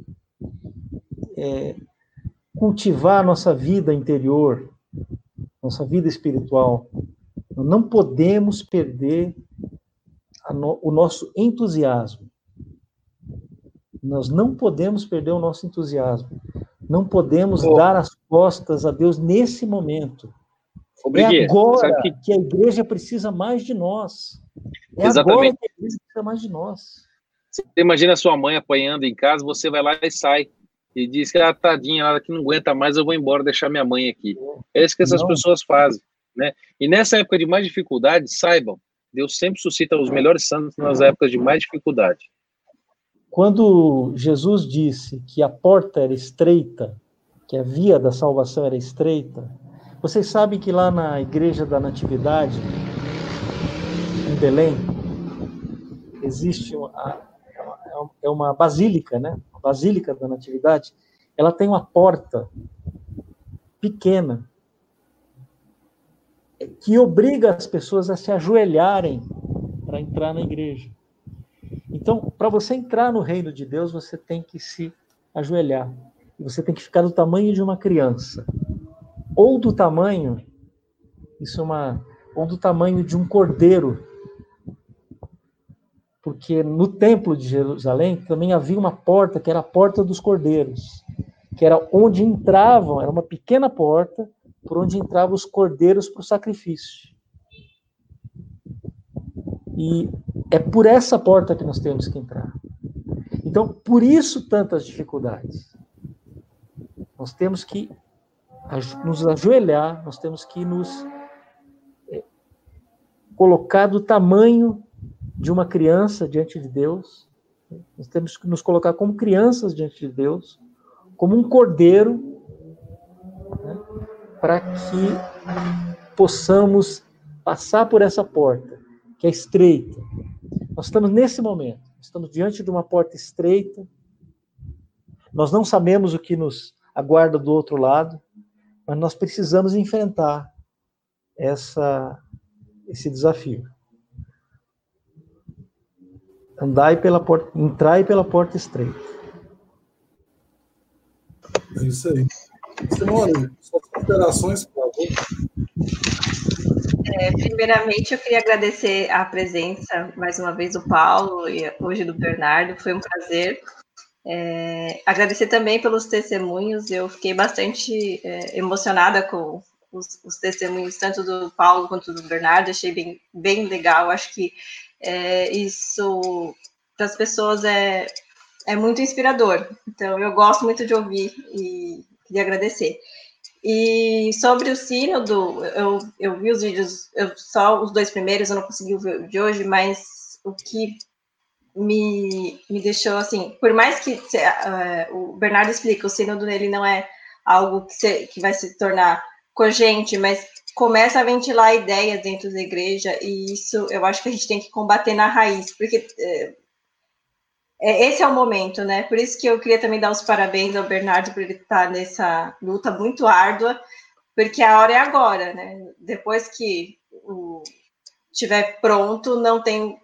cultivar nossa vida interior, nossa vida espiritual. Nós não podemos perder o nosso entusiasmo. Nós não podemos perder o nosso entusiasmo. Não podemos dar as costas a Deus nesse momento. É agora que a igreja precisa mais de nós. Agora que a igreja precisa mais de nós. Você imagina a sua mãe apanhando em casa, você vai lá e sai. E diz que, tadinha, ela que não aguenta mais, eu vou embora, deixar minha mãe aqui. É isso que essas pessoas fazem, né? E nessa época de mais dificuldade, saibam, Deus sempre suscita os melhores santos nas épocas de mais dificuldade. Quando Jesus disse que a porta era estreita, que que a via da salvação era estreita. Vocês sabem que lá na Igreja da Natividade, em Belém, existe uma basílica, né? A Basílica da Natividade. Ela tem uma porta pequena que obriga as pessoas a se ajoelharem para entrar na igreja. Então, para você entrar no reino de Deus, você tem que se ajoelhar. E você tem que ficar do tamanho de uma criança. Ou do tamanho, ou do tamanho de um cordeiro. Porque no templo de Jerusalém também havia uma porta, que era a porta dos cordeiros, que era onde entravam, era uma pequena porta, por onde entravam os cordeiros para o sacrifício. E é por essa porta que nós temos que entrar. Então, por isso tantas dificuldades. Nós temos que nos ajoelhar, nós temos que nos colocar do tamanho de uma criança diante de Deus. Nós temos que nos colocar como crianças diante de Deus, como um cordeiro, né, para que possamos passar por essa porta, que é estreita. Nós estamos nesse momento, estamos diante de uma porta estreita, nós não sabemos o que nos aguarda do outro lado, mas nós precisamos enfrentar esse desafio. Entrai pela porta estreita. É isso aí. Simone, suas considerações, por favor. Primeiramente, eu queria agradecer a presença, mais uma vez, do Paulo e hoje do Bernardo. Foi um prazer. Agradecer também pelos testemunhos. Eu fiquei bastante emocionada com os testemunhos, tanto do Paulo quanto do Bernardo. Achei bem, bem legal. Acho que isso, para as pessoas, é muito inspirador. Então, eu gosto muito de ouvir e queria agradecer. E sobre o sínodo, eu vi os vídeos, só os 2 primeiros, eu não consegui ver o de hoje, mas o que me deixou assim, por mais que o Bernardo explica, o sínodo nele não é algo que vai se tornar cogente, mas começa a ventilar ideias dentro da igreja, e isso eu acho que a gente tem que combater na raiz, porque esse é o momento, né? Por isso que eu queria também dar os parabéns ao Bernardo por ele estar nessa luta muito árdua, porque a hora é agora, né? Depois que estiver pronto, não tem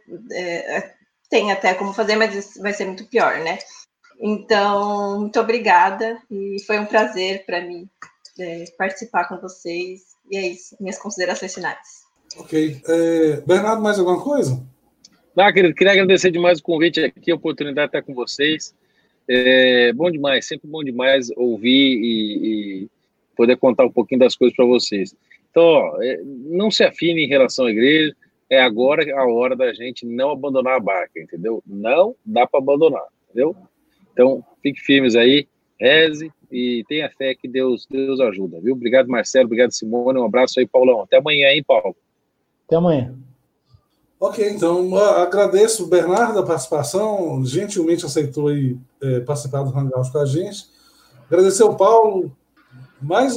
até como fazer, mas vai ser muito pior, né? Então, muito obrigada, e foi um prazer para mim participar com vocês, e é isso, minhas considerações finais. Ok. Bernardo, mais alguma coisa? Querido, queria agradecer demais o convite aqui, a oportunidade de estar com vocês. Bom demais, sempre bom demais ouvir e poder contar um pouquinho das coisas para vocês. Então, não se afine em relação à igreja, é agora a hora da gente não abandonar a barca, entendeu? Não dá para abandonar, entendeu? Então, fique firmes aí, reze e tenha fé que Deus ajuda, viu? Obrigado, Marcelo, obrigado, Simone, um abraço aí, Paulão. Até amanhã, hein, Paulo? Até amanhã. Ok, então agradeço o Bernardo a participação, gentilmente aceitou aí, participar do Hangout com a gente. Agradecer ao Paulo, mais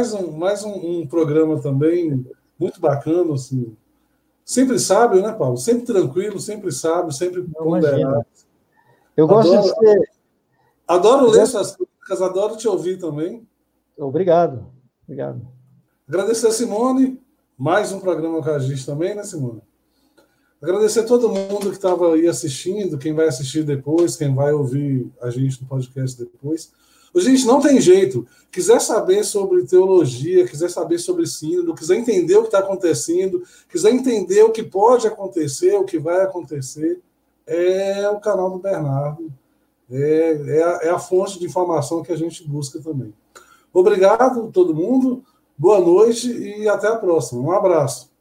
um programa também muito bacana, assim. Sempre sábio, né, Paulo? Sempre tranquilo, sempre sábio, sempre ponderado. Eu gosto de ser... Adoro ler suas críticas, adoro te ouvir também. Obrigado. Agradecer a Simone, mais um programa com a gente também, né, Simone? Agradecer a todo mundo que estava aí assistindo, quem vai assistir depois, quem vai ouvir a gente no podcast depois. Gente, não tem jeito. Quiser saber sobre teologia, quiser saber sobre sínodo, quiser entender o que está acontecendo, quiser entender o que pode acontecer, o que vai acontecer, é o canal do Bernardo. É a fonte de informação que a gente busca também. Obrigado, todo mundo. Boa noite e até a próxima. Um abraço.